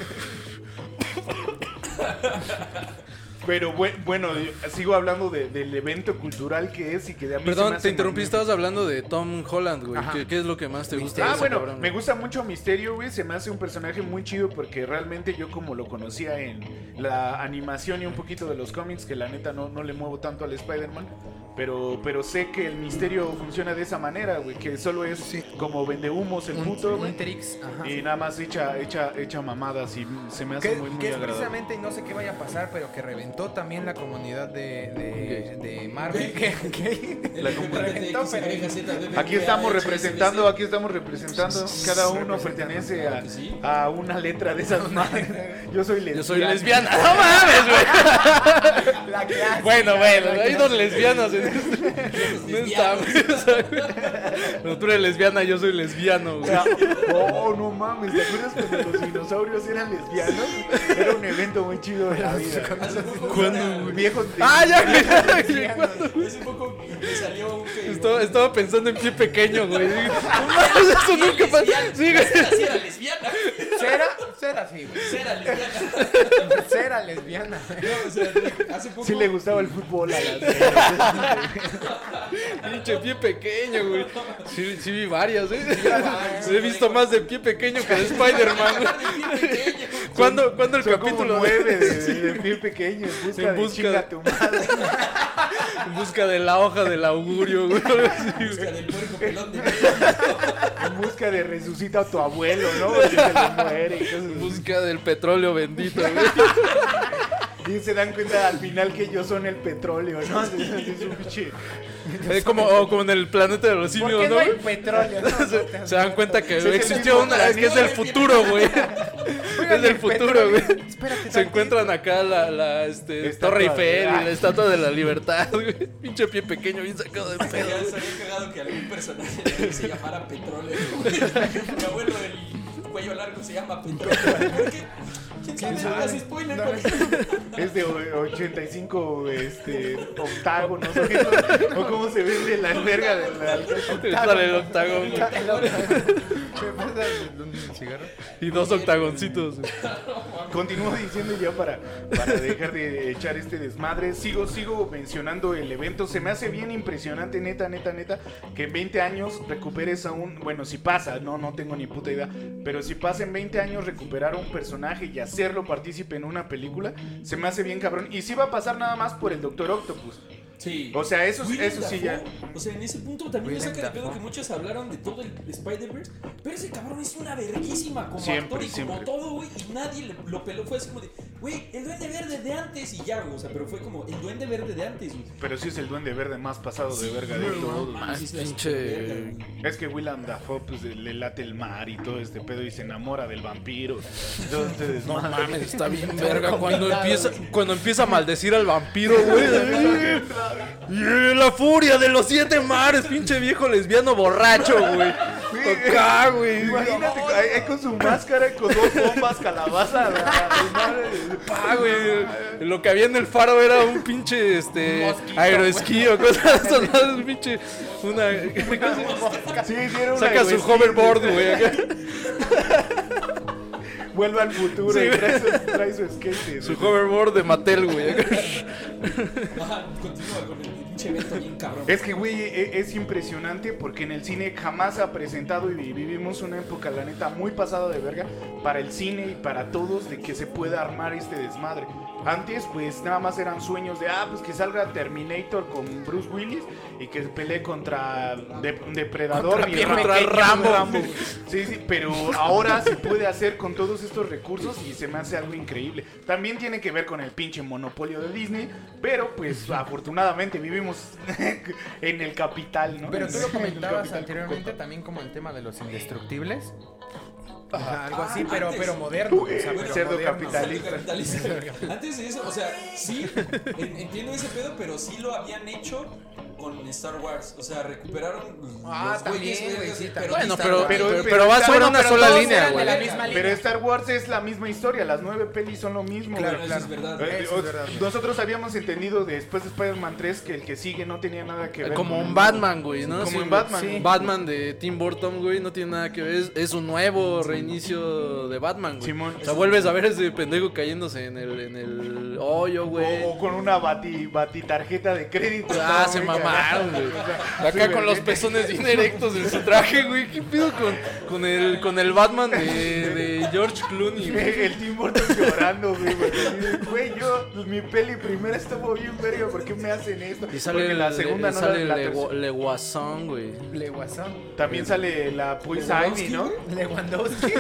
Pero bue- bueno, yo sigo hablando de- del evento cultural que es y que de a mí se me Perdón, hace te interrumpí, magnífico. estabas hablando de Tom Holland, güey. Ajá. ¿Qué, qué es lo que más te gusta de Ah, ese bueno, cabrón, me güey? gusta mucho Misterio, güey. Se me hace un personaje muy chido porque realmente yo como lo conocía en la animación y un poquito de los cómics, que la neta no, no le muevo tanto al Spider-Man, pero, pero sé que el Misterio funciona de esa manera, güey, que solo es Sí. como vendehumos el Un, puto, un güey. Trix, ajá. Y nada más echa, echa, echa mamadas y se me hace Que, muy, muy que es agradable. precisamente, y no sé qué vaya a pasar, pero que reventó también la comunidad de, de, de Marvel. que, que- La reventó, pero- Aquí estamos representando, aquí estamos representando. Cada uno pertenece a, Sí. a una letra de esas madres. Yo soy lesbiana. Yo soy lesbiana. ¡No mames, güey! La clásica, Bueno, bueno, la hay dos lesbianas en este. No lesbianos. estamos. Pero tú eres lesbiana, yo soy lesbiano, güey. Oh, no mames, ¿te acuerdas cuando los dinosaurios eran lesbianos? Era un evento muy chido de la vida. ¿Cuándo, güey? Viejos de- Ah, ya, viejos güey. lesbianos. Hace poco me salió un que. Estaba, estaba pensando en pie pequeño, güey. No mames, eso nunca pasa. Sí, güey. Sí, era lesbiana. Cera, cera sí, güey. Sí, era lesbiana. Cera lesbiana. No, o sea, hace poco. Sí le gustaba el fútbol a las Pinche pie pequeño, güey. Sí, sí vi varias, ¿eh? He visto más de pie pequeño que de Spider-Man, güey. ¿Cuándo, ¿Cuándo el Son capítulo como nueve de, de, de pie pequeño en busca, En de busca chinga de- a tu madre. En busca de la hoja del augurio, güey. algo así, güey. Busca del puerco pelón de México. En busca de resucita a tu abuelo, ¿no? Porque se le muere y cosas En así. busca del petróleo bendito, güey. Y se dan cuenta al final que ellos son el petróleo, ¿no? Es un pinche. Es como, o como en el planeta de los ¿Por simios, qué ¿no? no hay güey? petróleo? No, no te has Se dan muerto. cuenta que Es el existió mismo una. Es que es el futuro, güey. Es del futuro, güey. Espérate, Se encuentran acá la, la este, Estatua Torre de- Eiffel ah. y la Estatua de la Libertad, güey. Pinche pie pequeño, bien sacado de pedo. Sería sería cagado que algún personaje de ahí se llamara Petróleo. Mi abuelo, el cuello largo, se llama Petróleo. ¿Por qué? ¿Quién sabe? No hagas spoiler. No, porque- Es de o- ochenta y cinco este, octávgonos. ¿O, qué cosa? ¿O cómo se vende la verga de la. Sale el octágono. ¿Me pasas un cigarro? Y dos octagoncitos. Continúo diciendo ya para, para dejar de echar este desmadre. Sigo, sigo mencionando el evento. Se me hace bien impresionante, neta, neta, neta, que en veinte años recuperes a un... Bueno, si pasa, no, no tengo ni puta idea. Pero si pasa en veinte años recuperar a un personaje y hacerlo partícipe en una película, se me hace bien cabrón. Y sí va a pasar nada más por el Doctor Octopus. Sí. O sea, eso, Willem eso sí ya... Dafoe, o sea, en ese punto también me Willem saca de pedo Dafoe. que muchos hablaron de todo el Spider-Verse, pero ese cabrón es una verguísima como Siempre, actor y como siempre. todo, güey, y nadie le- lo peló. Fue así como de, güey, el Duende Verde de antes y ya, güey, o sea, pero fue como el Duende Verde de antes, güey. Pero sí es el Duende Verde más pasado de Sí, verga de no todos. mames, Más es la pinche- superverga, güey. Es que Willem Dafoe pues le late el mar y todo este pedo y se enamora del vampiro. Todo este No desmadre. mames, está bien verga cuando empieza, cuando empieza a maldecir al vampiro, güey. Y la furia de los siete mares, pinche viejo lesbiano borracho, güey. Acá, güey. Imagínate, ahí, ahí con su máscara, con dos bombas, calabaza. la- la madre. Ah, güey. Lo que había en el faro era un pinche este Mosquito, aeroesquí o cosas de esas, ¿no? Un pinche una Sí, hicieron una saca su aeroesquí. hoverboard, güey. acá. Vuelve al futuro Sí, y güey. trae su, trae su skate. Su hoverboard de Mattel, güey. acá. Ajá, continúa con el pinche evento bien cabrón. Es que, güey, e- es impresionante porque en el cine jamás se ha presentado y vivimos una época, la neta, muy pasada de verga para el cine y para todos de que se pueda armar este desmadre. Antes, pues, nada más eran sueños de, ah, pues que salga Terminator con Bruce Willis y que pelee contra de- Depredador Contra y Pie Ra- contra Rambo. Rambo. Sí, sí, pero ahora se puede hacer con todos estos recursos y se me hace algo increíble. También tiene que ver con el pinche monopolio de Disney, pero pues afortunadamente vivimos en el capital, ¿no? Pero tú En lo el comentabas capital anteriormente coco. también como el tema de los indestructibles. Ajá. Ajá, algo así, Ah, pero, antes. pero moderno. O sea, Bueno, pero cerdo moderno. capitalista. Capitalista. Antes de eso, o sea, sí, en- entiendo ese pedo, pero sí lo habían hecho con Star Wars. O sea, recuperaron Ah, los también, güeyes, güey, vergas, sí, pero Bueno, Star pero, Wars. pero, Pero- pero, pero va está- sobre bueno, una pero sola todos línea, eran de güey. la misma Pero línea. Star Wars es la misma historia, las nueve pelis son lo mismo. Claro, güey. eso claro. es verdad. Eh, Eso o- es verdad, güey. nosotros habíamos entendido después de Spider-Man tres que el que sigue no tenía nada que ver Como con un el- Batman, güey, ¿no? Como Sí, en Batman. sí. Batman de Tim Burton, güey, no tiene nada que ver. Es, es un nuevo reinicio de Batman, güey. Simón. O sea, vuelves a ver ese pendejo cayéndose en el, en el hoyo, güey. O, o con una bati, bati tarjeta de crédito. Ah, Estaba se muy mamaron, cagado. güey. O sea, Acá sí, con güey. los pezones bien erectos en su traje, güey. ¿Qué pido con, con, el, con el Batman de, de George Clooney, güey? El Tim Burton llorando, güey. porque así de, Güey, yo, pues, mi peli primera estuvo bien verga, ¿por qué me hacen esto? Y sale Porque el, la segunda le- no sale la, la el tercera- Le, Guasón, güey. Le Guasón. También sale la Poison Ivy, ¿no? Lewandowski.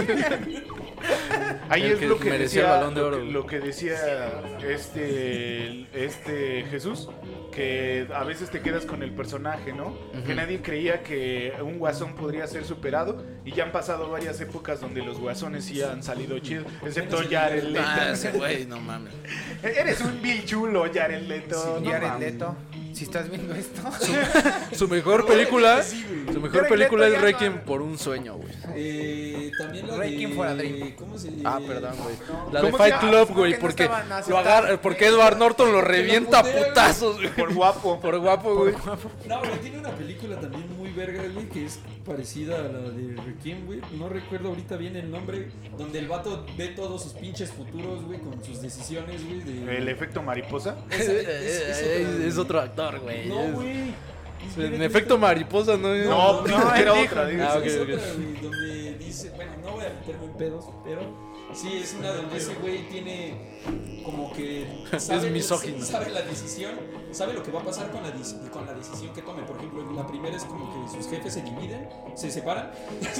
Ahí El es que lo que merecía decía, el Balón de lo Oro, que- güey. lo que decía este, este Jesús, que a veces te quedas con el personaje, ¿no? Que nadie creía que un guasón podría ser superado y ya han pasado varias épocas donde los guasones sí han salido chidos, excepto Jared Leto. Ah, ese güey, no mames. Eres un Bill chulo, Jared Leto. Sí, no Jared mames. Leto. Si estás viendo esto. Su mejor película, Sí, güey. su mejor Jared película Leto es ya Requiem no- por un sueño, güey. Eh, también la Requiem de... for a Dream. ¿Cómo se Ah, perdón, güey. La de ¿Cómo Fight se llama? Club, ¿Por güey, qué no porque estaban lo aceptados? agarra, porque Edward Norton lo revienta a putea, güey. putazos, güey. Por guapo. Por guapo, güey. No, güey, tiene una película también muy verga, güey, que es parecida a la de Requiem, güey. No recuerdo ahorita bien el nombre, donde el vato ve todos sus pinches futuros, güey, con sus decisiones, güey. De... El efecto mariposa. Esa- es- es otra, Es, güey. es otro actor, güey. No, Es- güey. En efecto mariposa, ¿no? es- No, no, no, él era dijo. otra. digo. Ah, ok, Es ok. otra, güey, donde dice, bueno, no voy a meterme en pedos, pero sí es una donde ese güey tiene como que sabe, misógino. sabe la decisión, sabe lo que va a pasar con la, dis- con la decisión que tome. Por ejemplo, la primera es como que sus jefes se dividen, se separan.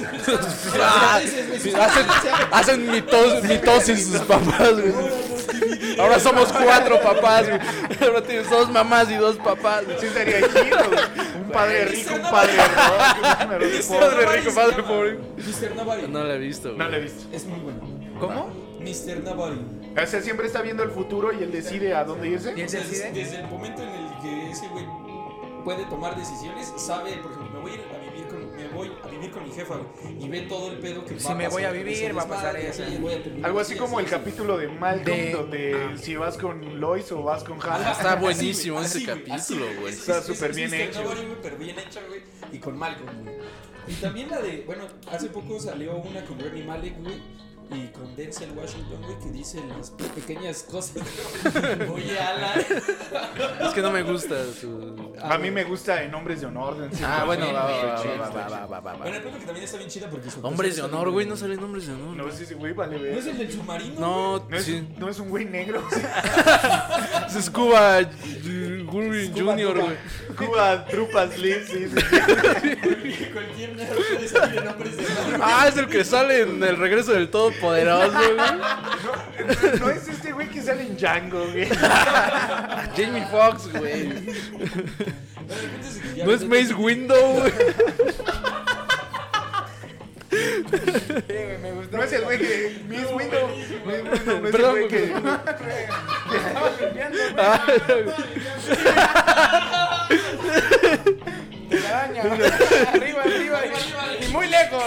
Ah, sí, hacen, hacen mitos, mitosis sus papás, güey. Ahora somos cuatro papás, güey. Ahora tienes dos mamás y dos papás. Sí estaría chido, güey. Un padre rico, un padre rock, un Padre rico, padre pobre. mister Nobody. No la he visto, No güey. lo he visto. Es muy bueno. ¿Cómo? mister Nobody. O sea, siempre está viendo el futuro y él decide a dónde irse. ¿Y él O sea, decide? desde el momento en el que ese güey puede tomar decisiones, sabe, por ejemplo, me voy a ir a vivir con, me voy a vivir con mi jefa, güey, y ve todo el pedo que Si va a me voy pasar, a con vivir, ese va a pasar desmadre, eso. sí, voy a terminar Algo así como el así. capítulo de Malcolm, De- donde ah. si vas con Lois o vas con Hal. Está Así, buenísimo güey, ese así, güey, capítulo, así, güey. Es- Está es- súper es bien Mister hecho. Nobody, güey, pero bien hecho, güey, y con Malcolm, güey. Y también la de, bueno, hace poco salió una con Rami Malek, güey, y con Denzel Washington, güey, que dice las pequeñas cosas. Oye, Alan. Es que no me gusta su... A mí me gusta En Hombres de Honor. Denzel Ah, bueno, Washington. va, va, Está va, chido, va, está va, chido. va, va, va, Bueno, va. el punto que también está bien chida porque su Hombres de personaje honor, está güey, bien- no salen hombres de honor. No es ese güey, vale, ¿No es ver. el del submarino? No, No es, sí. no es un güey negro. Es Scuba Gurry Junior, güey. Cuba Trupas Liz, sí, sí. güey? Cualquier negro puede salir en hombres de honor. Ah, es el que sale en El Regreso del Todopoderoso, güey. No, no es este güey que sale en Django, güey. Jamie Foxx, güey. Bueno, el punto es que ya No es ves- Mace Window, güey. me gustó. No es el güey que. Miss Window. Miss Window, no es el Perdón, güey que. güey. Que estaba limpiando, güey. Ah, Te la daña. Arriba, arriba. Y, y muy lejos.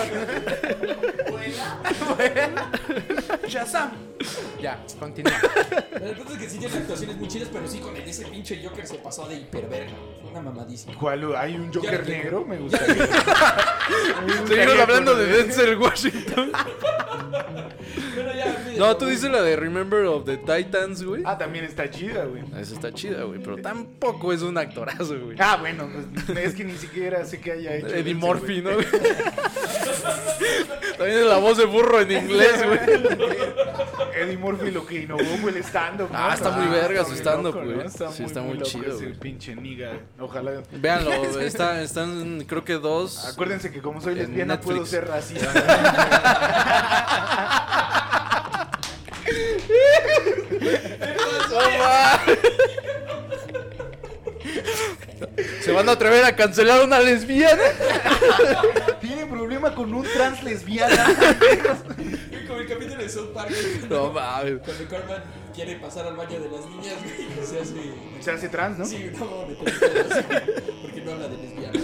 Vuela. Shazam. Ya, continúa. El punto es que sí tiene actuaciones muy chidas, pero sí con el, ese pinche Joker se pasó de hiperverga. Fue una mamadísima. ¿Cuál? ¿Hay un Joker Ya, negro? Me ya, gusta. seguimos hablando de Denzel Washington. Bueno, ya, olvídalo, No, tú güey. dices la de Remember of the Titans, güey. Ah, también está chida, güey. Esa está chida, güey, pero tampoco es un actorazo, güey. Ah, bueno, pues, es que ni siquiera sé que haya hecho. Eddie ese, Murphy, güey. ¿no? güey? También es la voz de burro en inglés, güey. Eddie Murphy lo que innovó fue el stand-up. ¿no? Ah, está muy verga su muy stand-up, loco, ¿no? güey. Está Sí, muy, está muy muy loco chido, ese güey. pinche niga. Ojalá. Véanlo, está, están creo que dos. Acuérdense que como soy En lesbiana Netflix. puedo ser racista. ¿Se van a atrever a cancelar a una lesbiana? Tiene problema con un trans lesbiana. Güey, como el capítulo de South Park, güey, No mames. cuando Cartman quiere pasar al baño de las niñas, güey, y se hace... Se hace trans, ¿no? Sí, no, de pedo, porque no habla de lesbianas.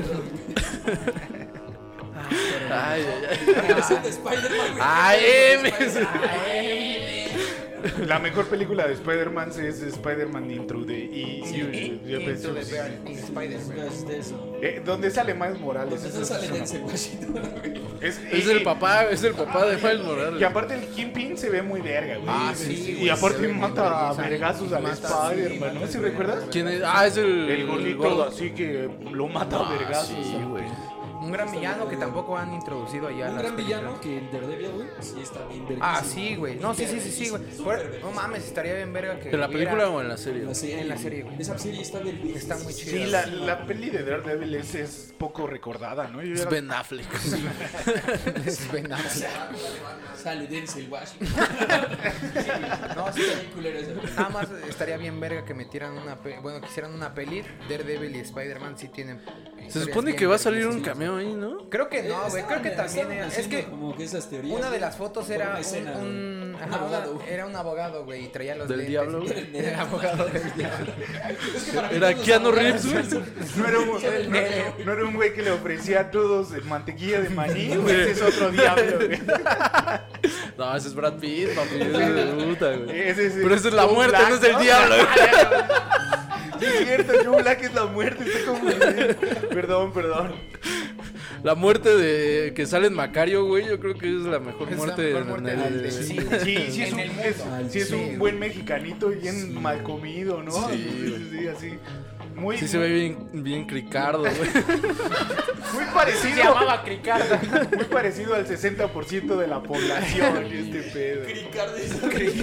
Ay, ay, ay. Regresó de Spider-Man, güey. Ay, Regresó de Ms. Spider-Man. La mejor película de Spider-Man es Spider-Man Intro de y, Sí, y- yo Into pensé- the Bear, in Spider-Man. Es de eso. Eh, donde sale Miles Morales. Entonces esa no es sale una- Denzel Washington, güey. es, Es y- el papá, es el papá de Miles Y Morales. aparte el Kingpin se ve muy verga, güey. Ah, sí, Y güey, aparte se ve muy mata a vergüenza. vergazos al Mata, sí, Spider-Man, ¿no? mata ¿Sí al recuerdas? ¿Quién es? Ah, es el, El gordito gordo. así que lo mata a Ah, vergazos. sí, güey. Un gran villano que tampoco han introducido allá. en Un las gran villano películas. que en Daredevil, güey, sí está bien verguísimo. Ah, sí, güey. No, sí, sí, sí, sí, güey. Súper Por- verguísimo. No mames, estaría bien verga que. ¿En la hubiera- película o en la serie? En la serie, En la serie, güey. Esa serie está verguísima. Está muy chida. Sí, la, la peli de Daredevil es, es poco recordada, ¿no? Yo Es era- Ben Affleck. Es Ben Affleck. Sale Denzel Washington. No, sí, Está bien culero eso. nada más estaría bien verga que metieran una pe- bueno, que hicieran una peli. Daredevil y Spider-Man sí tienen. Se historias supone bien que va a salir un verguísimas. cameo ahí, ¿no? Creo que no, güey. Creo que Estaban- también estaban era- es haciendo que como que esas teorías. una de güey, las fotos por era una un, escena, un- un ajá, una- abogado. era un abogado, güey, y traía los ¿Del lentes. diablo, güey? Era abogado del diablo. Es que para mí Era todos los Keanu abogados Reeves, son- No era, un, no, no era un güey que le ofrecía a todos mantequilla de maní, güey. Ese es otro diablo, güey. No, ese es Brad Pitt, papi. Ese me gusta, güey. Ese es el Pero esa es la Joe muerte, Black, no es el diablo. Sí, es cierto, Joe Black es la muerte. Estoy confundido. Perdón, perdón. La muerte de que sale en Macario, güey, yo creo que es la mejor Es la muerte, mejor en muerte el... del- Sí, Sí, sí, sí es en un, el mundo. es- Ay, sí es sí, un güey. buen mexicanito bien mal comido, ¿no? Sí, Sí, sí, así. Muy, Sí se ve bien, bien cricardo, güey. muy parecido. Se llamaba Cricardo. Muy parecido al sesenta por ciento de la población, este pedo. Ricardo es-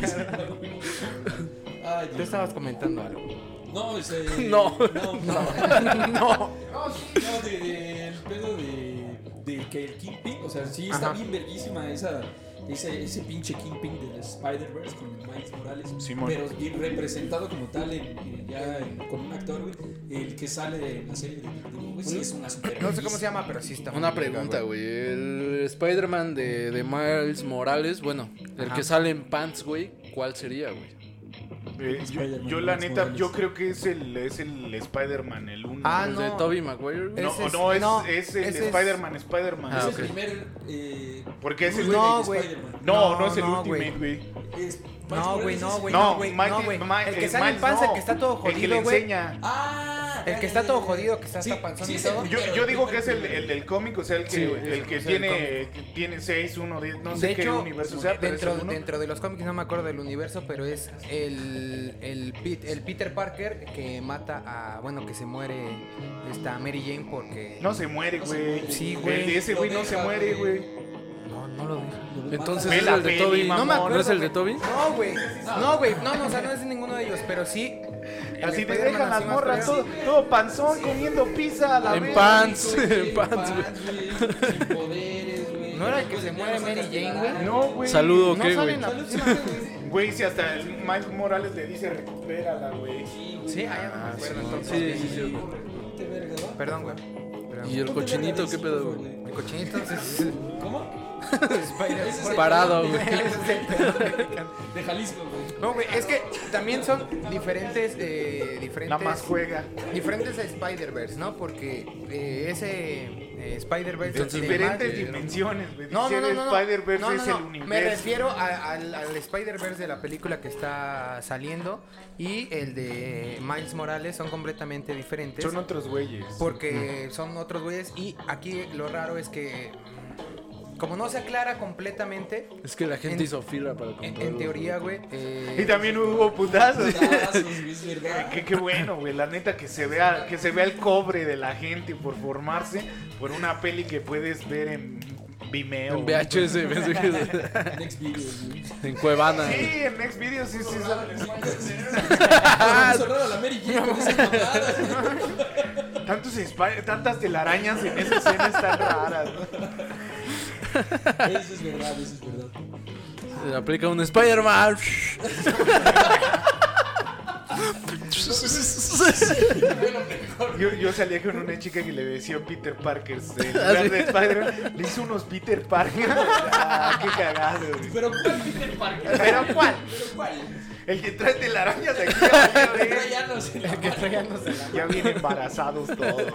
Ay, Tú Dios. estabas comentando algo. No, ese. No. No, no. No. No, de, de- el pedo de, de que el Kingpin, o sea, sí está Ajá. bien verguísima esa, ese, ese pinche Kingpin de la Spider-Verse con Miles Morales. Simón. Pero y representado como tal en, en- ya en- con un actor, güey, el que sale de la serie de, de güey, sí es una super. No sé cómo se llama, pero sí está. Una muy verga, pregunta, güey. El Spider-Man de, de Miles Morales, bueno, el Ajá. que sale en Pants, güey, ¿cuál sería, güey? Eh, yo, Spider-Man, yo la Miles neta, Morales. yo creo que es el, es el Spider-Man, el uno. Ah, El no. de Tobey Maguire. güey. No, ese es- no, es, no, es el ese es- Spider-Man, Spider-Man. Ah, Es ok. el primer. Eh, Porque es el... Ultimate No, güey. Spider-Man. No, No, no es el no, Ultimate, güey. Es- No, Miles güey, Morales no, es- güey, No, no, güey, Miles- no, güey. Ma- El que eh, sale en Miles panza, el no. que está todo El que le jodido, güey. enseña. Ah, El que está todo jodido, que está hasta panzón sí, y es el todo. Yo, primero, yo el digo primer que es el, primero. el del cómic, o sea, el que, Sí, güey, el que es el tiene, que tiene seis, uno, diez, no sé De qué hecho, universo sea, pero dentro, es el uno. dentro de los cómics, no me acuerdo del universo, pero es el, el, Pit- el Peter Parker que mata a, bueno, que se muere esta Mary Jane porque... No se muere, No se güey. muere. Sí, El güey. de ese güey no Lo se deja, muere, güey. güey. No, no lo deja. Lo Entonces mata. es Ve la el de peli, Toby. mamón. No me acuerdo, ¿No es el de güey. Toby? No, güey. No, güey. No, no, o sea, no es de ninguno de ellos, pero sí. el Así te Spider-Man dejan las así más morras, feo. todo, todo panzón, comiendo pizza a la En vez. pants, Güey, en pants, güey. güey, sin poderes, güey. ¿No era el que se muere Mary Jane, güey? No, güey. Saludo, No ¿qué, sale güey? en la próxima, güey. Güey, si hasta el Miles Morales le dice recupérala, güey. Sí, ah, ya no me acuerdo entonces. Sí, sí, sí. Ponte verga, ¿va? Perdón, güey. Perdón. ¿Y el Ponte cochinito verga, qué pedo, por güey? favor, El cochinito entonces es ¿Cómo? Spider. Ese es el Parado, pedo güey. De Jalisco, güey. No, güey, es que también son diferentes, eh, diferentes. Nada más juega. Diferentes a Spider-Verse, ¿no? Porque eh, ese eh, Spider-Verse. En de diferentes Marvel- dimensiones, güey. No, no, Dice no, el no, no. Spider-Verse No, no, es no. el universo. Me refiero a- al, al Spider-Verse de la película que está saliendo y el de Miles Morales son completamente diferentes. Son otros güeyes. Porque son otros güeyes y aquí lo raro es que mm, como no se aclara completamente, Es que la gente En- hizo fila para en, comprarlo. en teoría, güey, eh, Y también hubo putazos. Putazos, güey, es verdad. Qué, qué bueno, güey. La neta que se vea, que se vea el cobre de la gente por formarse por una peli que puedes ver en Vimeo. En güey. V H S, pensé que Next video, güey. en Cuevana. Sí, en Next Video sí, sí. sale. Me hizo raro la Mary Jane con esas mamadas. Tantos spi- tantas telarañas en esa escena están raras, ¿no? Eso es verdad, eso es verdad. Se aplica un Spider-Man. Yo, yo salía con una chica que le decía Peter Parker. En ¿Ah, lugar sí? de Spider-Man, le hizo unos Peter Parker. Ah, qué cagado, güey. Pero ¿cuál Peter Parker? ¿Pero cuál? ¿Pero cuál? El que trae telarañas de aquí a la Pero vez. ya no sé. que traigan no sé. Ya vienen embarazados todos.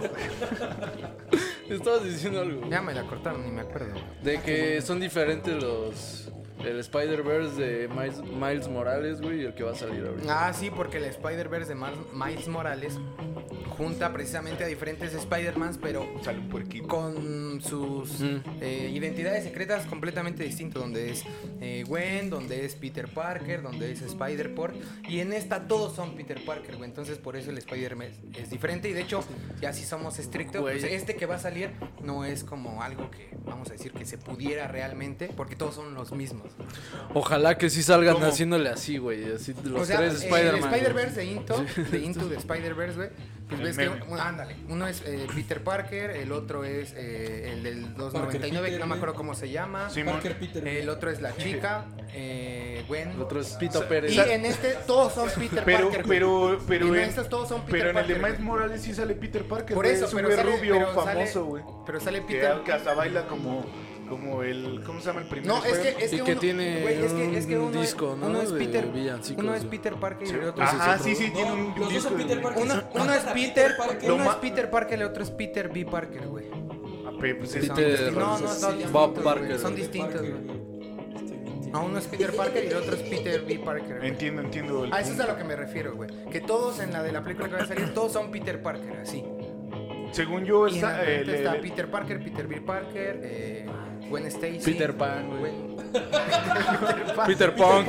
Estabas diciendo algo. Ya me la cortaron, ni me acuerdo. De que son diferentes los. El Spider-Verse de Miles, Miles Morales, güey, y el que va a salir ahorita. Ah, sí, porque el Spider-Verse de Mar- Miles Morales junta precisamente a diferentes Spider-Mans, pero Sale un puerquito. con sus Mm. eh, identidades secretas completamente distintas, donde es eh, Gwen, donde es Peter Parker, donde es Spider-Port, y en esta todos son Peter Parker, güey, entonces por eso el Spider-Man es, es diferente, y de hecho, ya si somos estrictos, Güey. pues este que va a salir no es como algo que, vamos a decir, que se pudiera realmente, porque todos son los mismos. Ojalá que sí salgan ¿Cómo? haciéndole así, güey. Así los O sea, tres eh, Spider-Man. el Spider-Verse de Into, de Into de Spider-Verse, güey. Pues El ves que, meme. bueno, ándale, uno es eh, Peter Parker, el otro es eh, el del dos noventa y Parker nueve, que Peter, no me güey. acuerdo cómo se llama. Sí, Parker Peter. El otro es la chica, eh, Gwen. El otro es Pito Pérez. Y en este todos son Peter Pero, Parker. güey. pero, pero, en en, estos todos son Peter pero en el de Parker, Miles güey. Morales sí sale Peter Parker. Por güey, eso, es un pero güey sale, rubio pero famoso, sale- güey. Pero sale Que, Peter. que hasta baila como, como el. ¿Cómo se llama el primer No, es que, Spider-Man? es Y que, que uno, tiene güey, es que, es que un uno, es- disco, ¿no? uno es de Peter, villancicos, uno es güey. Peter Parker y el otro Ajá, es sí, sí, tiene No, un, un los dos son disco. Peter Parker. Uno, Matan uno es a Peter, Parker. uno Lo es ma- Peter Parker, el otro es Peter B. Parker, güey. Ah, pe- pues es- Son Peter- distintos. No, no, Sí, son sí, distintos, Bob güey, Parker, son güey. distintos, Parker, güey. güey. Estoy mintiendo. No, uno es Peter Parker y el otro es Peter B. Parker. güey. Entiendo, entiendo. El A eso es a punto. lo que me refiero, güey. Que todos en la de la película que va a salir, todos son Peter Parker, así. Según yo, Y en está. la el- frente está el- Peter Parker, Peter B. Parker, eh, Gwen Stacy. Peter Pan, güey. Gwen- Peter Punk.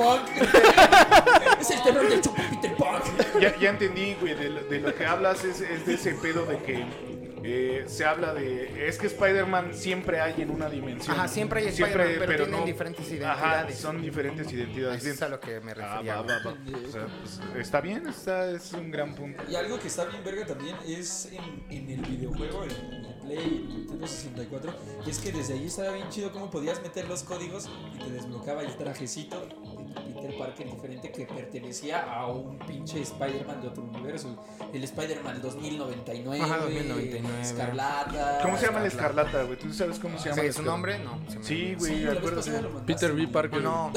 Es el terror del chupo Peter Punk. ya, ya entendí, güey. De, lo- de lo que hablas es, es de ese pedo de que. eh, se habla de. Es que Spider-Man siempre hay en una dimensión. Ajá, siempre hay Siempre, Spider-Man, pero, tienen no- diferentes Ajá, identidades. son diferentes identidades. Eso es a lo que me Ah, refería. va, güey. va, va. O sea, pues, está bien, está, es un gran punto. Y algo que está bien verga también es en, en el videojuego, en el Play, en Nintendo sesenta y cuatro, es que desde ahí estaba bien chido cómo podías meter los códigos y te desbloqueaba el trajecito de Peter Peter Parker diferente que pertenecía a un pinche Spider-Man de otro universo. El Spider-Man dos mil noventa y nueve, Ajá, dos mil noventa y nueve. Escarlata. ¿Cómo se llama la Escarlata, güey? ¿Tú sabes cómo se llama? ¿Sí, la ¿su Escarlata? nombre? No. se me Sí, olvidó. güey, Sí, la vez acuérdate. pasada lo mandaste. Peter B. Parker. No,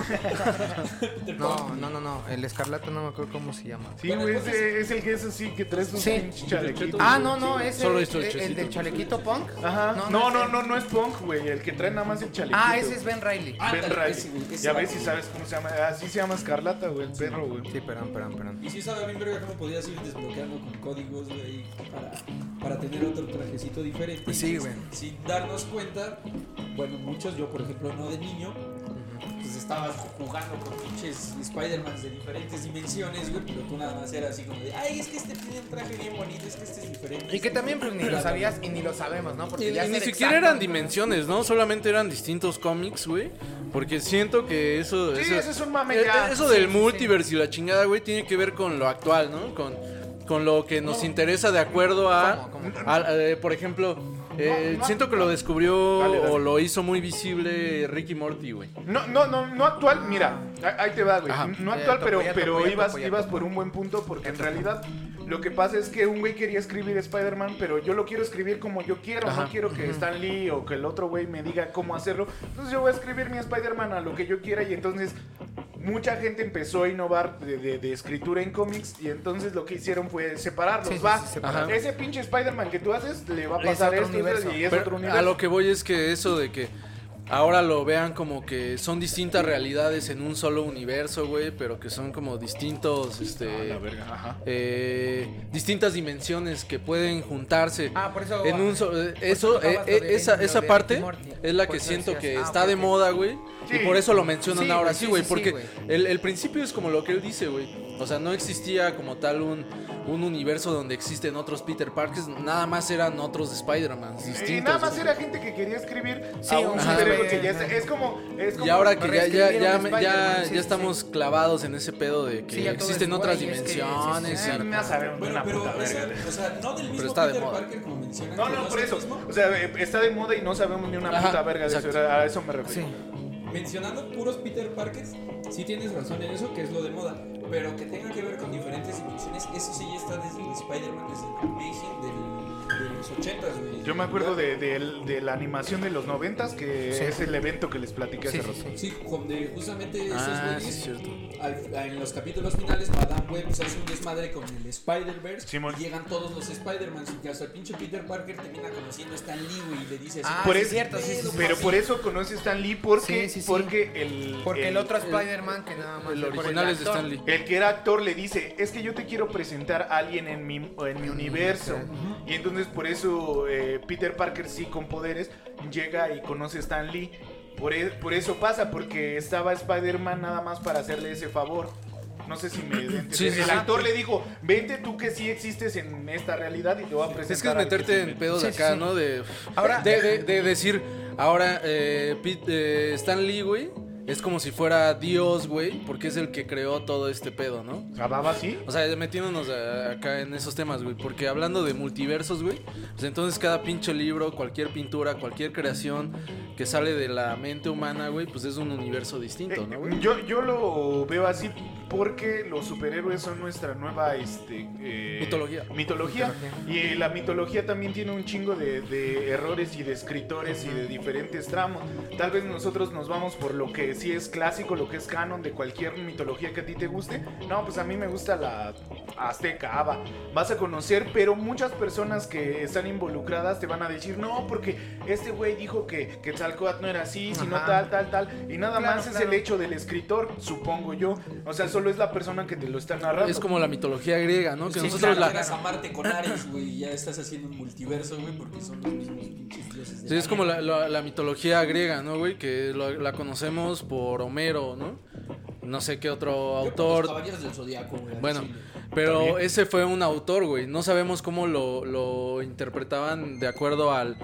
Peter no, Parker. no, no, no, el Escarlata no me acuerdo cómo se llama. Sí, Bueno, güey, entonces- ese es el que es así, que trae sus Sí. pinches chalequitos. Ah, güey. no, no, ese Solo el, hizo el el, chocito. del chalequito punk. Ajá. No, No, no, no, ese- no, no es punk, güey, el que trae nada más el chalequito. Ah, ese es Ben Reilly. Ah, Ben ándale, Reilly. ese, güey, ese Ya ves vato. si sabes cómo se llama. Así se llama Escarlata, güey, el perro, güey. Sí, perdón, perdón, perdón. Y sí sabe bien verga cómo podías ir desbloqueando con códigos, güey, para, para tener otro trajecito diferente. Sí, Y güey. Sin darnos cuenta, bueno, muchos, yo por ejemplo no de niño, pues estabas jugando con pinches Spider-Man de diferentes dimensiones, güey, pero tú nada más eras así como de, ay, es que este tiene un traje bien bonito, es que este es diferente. Y que también pues ni lo sabías y ni lo sabemos, ¿no? Porque Y, ya y ni ser siquiera exacto, eran dimensiones, ¿no? Solamente eran distintos cómics, güey. Porque siento que eso... Sí, eso, ese es un mame eh, ya. eso del multiverse y la chingada, güey, tiene que ver con lo actual, ¿no? Con, con lo que nos interesa de acuerdo a... ¿Cómo, cómo? a- eh, por ejemplo, eh, No, no, siento que lo descubrió Dale, dale. o lo hizo muy visible Ricky Morty, güey. No, no, no, no actual, mira, ahí te va, güey. Ajá. No Ya, actual, ya pero, topo, ya pero topo, ya ibas, topo, ya ibas topo. por un buen punto porque en realidad lo que pasa es que un güey quería escribir Spider-Man, pero yo lo quiero escribir como yo quiero, Ajá. no quiero que Stan Lee o que el otro güey me diga cómo hacerlo. Entonces yo voy a escribir mi Spider-Man a lo que yo quiera y entonces mucha gente empezó a innovar de, de- de escritura en cómics y entonces lo que hicieron fue separarlos. Sí, sí, va, sí, separar. Ajá. ese pinche Spider-Man que tú haces le va a Es pasar otro esto universo. y es Pero otro universo. a lo que voy es que eso de que ahora lo vean como que son distintas realidades en un solo universo, güey, pero que son como distintos, este... Ah, la verga, ajá. eh, distintas dimensiones que pueden juntarse Ah, por eso. en un so- eh, eso tú eh, tocabas eh, lo de- esa lo esa de parte Ricky Morty. es la Por que eso siento decías, que ah, está ok, de ok. moda, güey, Sí. y por eso lo mencionan Sí, ahora güey, sí, sí, güey, sí, porque sí, güey. el, el principio es como lo que él dice, güey, o sea, no existía como tal un un universo donde existen otros Peter Parkers, nada más eran otros Spider-Man distintos. Y nada más así. era gente que quería escribir Sí, a un ajá. superhéroe que ya Ajá. está. Es como. Es como Y ahora que ya, ya, reescribieron ya, Spider-Man, ya, sí, ya sí, estamos sí. clavados en ese pedo de que Sí, ya todo existen es otras güey, es que- sí, sí, dimensiones. sí, Sí, y- no sabemos de Bueno, una pero puta esa, verga. o sea, no del mismo está de Peter moda. Parker como mencionan. No, que no, es por el eso. mismo. O sea, eh, está de moda y no sabemos ni una Ajá, puta verga de eso. exacto. A eso me refiero. Sí. Mencionando puros Peter Parkers, sí tienes razón en eso, que es lo de moda. Pero que tenga que ver con diferentes dimensiones, eso sí ya está desde el Spider-Man, desde el Amazing del, de los ochentas, güey. Yo me acuerdo de, de- de la animación de los noventas, que Sí. es el evento que les platiqué Sí, hace sí, rato. sí. Sí, donde justamente esos Ah, sí, güeyes, es cierto. al- en los capítulos finales, Madame Web pues, hace un desmadre con el Spider-Verse Simón. y llegan todos los Spider-Man y que hasta el pinche Peter Parker termina conociendo a Stan Lee, güey, y le dice así, Ah, Por sí, eso- es cierto, sí, sí, sí. Pero sí. por eso conoce a Stan Lee, porque, Sí, sí, sí. porque el, Porque el otro Spider-Man que nada más El por original es de actor. Stan Lee. El que era actor le dice, es que yo te quiero presentar a alguien en mi, en mi universo. Y entonces por eso eh, Peter Parker sí con poderes llega y conoce a Stan Lee. Por, e- por eso pasa, porque estaba Spider-Man nada más para hacerle ese favor. No sé si me entiendes. Sí, sí, El sí. actor le dijo, vente tú que sí existes en esta realidad y te voy a presentar. Es que es al que meterte sí en pedos Sí, acá, sí. ¿no? De, Ahora- de, de- de decir, ahora eh, Pete- eh, Stan Lee, güey, es como si fuera Dios, güey, porque es el que creó todo este pedo, ¿no? ¿Acababa así? O sea, metiéndonos a- acá en esos temas, güey, porque hablando de multiversos, güey, pues entonces cada pinche libro, cualquier pintura, cualquier creación que sale de la mente humana, güey, pues es un universo distinto, ¿no, güey? Eh, yo, yo lo veo así porque los superhéroes son nuestra nueva este, eh, Mitología. mitología. Y la mitología también tiene un chingo de, de errores y de escritores y de diferentes tramos. Tal vez nosotros nos vamos por lo que sí es clásico, lo que es canon de cualquier mitología que a ti te guste. No, pues a mí me gusta la azteca, Ava. Vas a conocer, pero muchas personas que están involucradas te van a decir, no, porque este güey dijo que Quetzalcóatl no era así, sino Ajá. tal, tal, tal. Y nada Claro, más es claro. el hecho del escritor, supongo yo. O sea, solo es la persona que te lo está narrando. Es como la mitología griega, ¿no? Que Sí, nosotros claro, la... llegas a Marte con Ares, güey, y ya estás haciendo un multiverso, güey, porque son los mismos pinches dioses. de Sí, es la como la, guerra. la- la mitología griega, ¿no, güey? Que lo- la conocemos por Homero, ¿no? No sé qué otro Yo por autor. Los Caballeros del Zodiaco, güey. al Bueno, chile. pero También. ese fue un autor, güey. No sabemos cómo lo, lo interpretaban de acuerdo al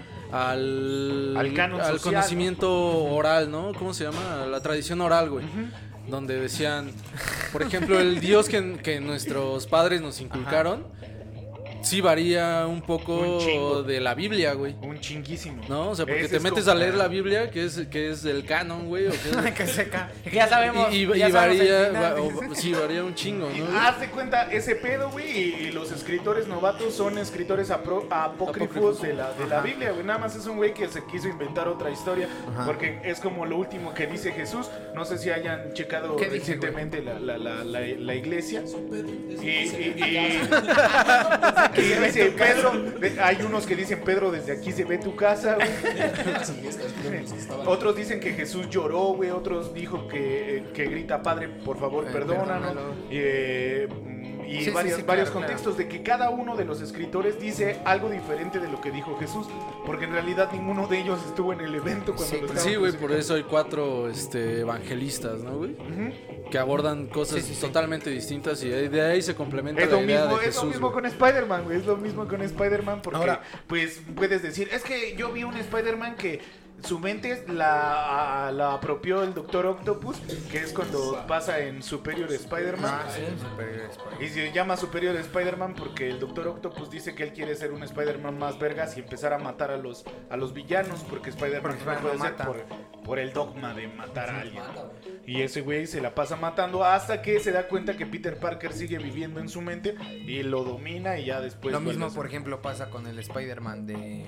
al, Al canon social, conocimiento oral, ¿no? ¿Cómo se llama? La tradición oral, güey. Donde decían, por ejemplo, el dios que, que nuestros padres nos inculcaron sí varía un poco Un chingo. de la Biblia, güey. Un chinguísimo. ¿No? O sea, porque Ese te es metes como- a leer la Biblia, que es, que es el canon, güey. O que es- que seca. Que ya sabemos. y, y- ya y sabemos el varía, final. va- o- sí, varía un chingo, Y ¿no? haz de cuenta ese pedo, güey, y los escritores novatos son escritores apro- apócrifos de la, de la Biblia, güey. Nada más es un güey que se quiso inventar otra historia, Ajá. porque es como lo último que dice Jesús. No sé si hayan checado ¿Qué dice, recientemente la, la, la, la, la iglesia. Y, Y, y, y- y dice Pedro, de- hay unos que dicen Pedro, desde aquí se ve tu casa, güey. Otros dicen que Jesús lloró, güey. Otros dijo que, eh, que grita, Padre, por favor, Eh, perdónanos. perdónalo. Eh, y Sí, sí, varios, sí, varios claro, contextos de que cada uno de los escritores dice algo diferente de lo que dijo Jesús. Porque en realidad ninguno de ellos estuvo en el evento cuando Sí, lo pues estaban Sí, güey, por crucificando. eso hay cuatro este, evangelistas, ¿no, güey? Ujú. Que abordan cosas Sí, sí, sí. totalmente distintas y de ahí se complementa Es la lo idea mismo, de es Jesús. lo mismo güey. con Spider-Man, güey. Es lo mismo con Spider-Man porque, Ahora- pues, puedes decir, es que yo vi un Spider-Man que su mente la, a- la apropió el Doctor Octopus, que es cuando pasa en Superior Spider-Man. Ah, sí, Superior Spider-Man. Y se llama Superior Spider-Man porque el Doctor Octopus dice que él quiere ser un Spider-Man más vergas y empezar a matar a los, a los villanos, porque Spider-Man Porque no puede Spider-Man ser mata. por, por el dogma de matar a alguien. Y ese güey se la pasa matando hasta que se da cuenta que Peter Parker sigue viviendo en su mente y lo domina y ya después... Lo vuelve mismo, a ser- por ejemplo, pasa con el Spider-Man de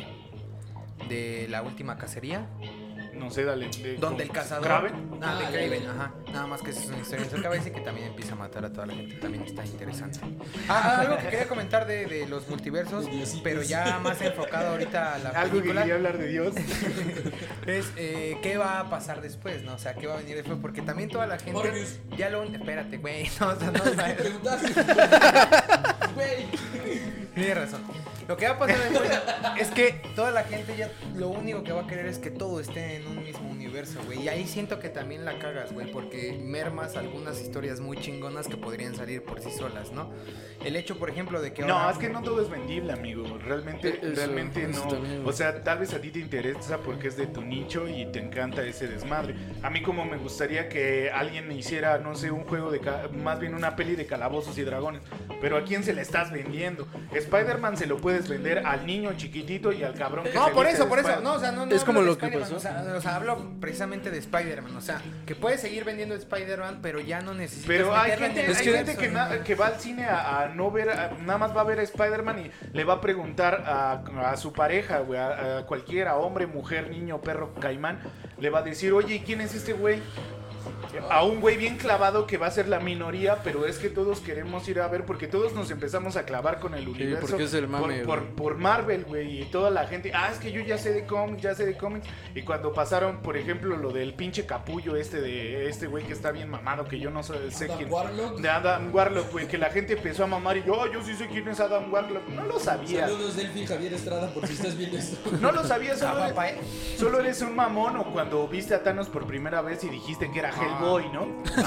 de la última cacería, No sé, dale. de- donde con- el cazador Kraven. Ah, de Ah, ya, Kraven, ya. ajá. Nada más que eso es una historia en su cabeza y que también empieza a matar a toda la gente. También está interesante. Ah, algo que quería comentar de, de los multiversos, De Diositos. pero ya más enfocado ahorita a la Algo que película, quería hablar de Dios. es eh, qué va a pasar después, ¿no? O sea, qué va a venir después, porque también toda la gente Morbius. ya lo... Espérate, güey, no, o sea, no, no, Preguntaste. Güey. tienes razón. Lo que va a pasar después es que toda la gente ya lo único que va a querer es que todo esté en un mismo universo, güey. Y ahí siento que también la cagas, güey, porque mermas algunas historias muy chingonas que podrían salir por sí solas, ¿no? El hecho, por ejemplo, de que No, ahora... es que no todo es vendible, amigo. Realmente, Eh, eso, realmente eso no. también, güey. O sea, tal vez a ti te interesa porque es de tu nicho y te encanta ese desmadre. A mí como me gustaría que alguien hiciera, no sé, un juego de... ca- más bien una peli de calabozos y dragones. Pero ¿a quién se le estás vendiendo? Spider-Man se lo puedes vender al niño chiquitito y al cabrón que No, se por viste eso, de por eso. Spider- No, o sea, no, no Es como hablo de lo que Spider-Man, pasó. O sea, o sea, hablo precisamente de Spider-Man. O sea, que puedes seguir vendiendo Spider-Man, pero ya no necesitas. Pero hay meterlo en gente, el hay que- gente que, universo, na- ¿no? que va al cine a, a no ver, a- nada más va a ver a Spider-Man y le va a preguntar a, a su pareja, güey, a, a cualquiera, hombre, mujer, niño, perro, caimán, le va a decir, oye, ¿y quién es este güey? A un güey bien clavado que va a ser la minoría, pero es que todos queremos ir a ver porque todos nos empezamos a clavar con el universo. porque es el mame, por, por, güey. por Marvel, güey, y toda la gente, ah, es que yo ya sé de cómics, ya sé de cómics. Y cuando pasaron, por ejemplo, lo del pinche capullo este de este güey que está bien mamado, que yo no sé, sé Adam quién. Warlock. De Adam Warlock, güey, que la gente empezó a mamar y yo, "Oh, yo sí sé quién es Adam Warlock". No lo sabía. Saludos, Delphi Javier Estrada, por si estás viendo esto. No lo sabía, solo, Ah, eres, papá, ¿eh? solo eres un mamón o cuando viste a Thanos por primera vez y dijiste que era Hellboy, ¿no? No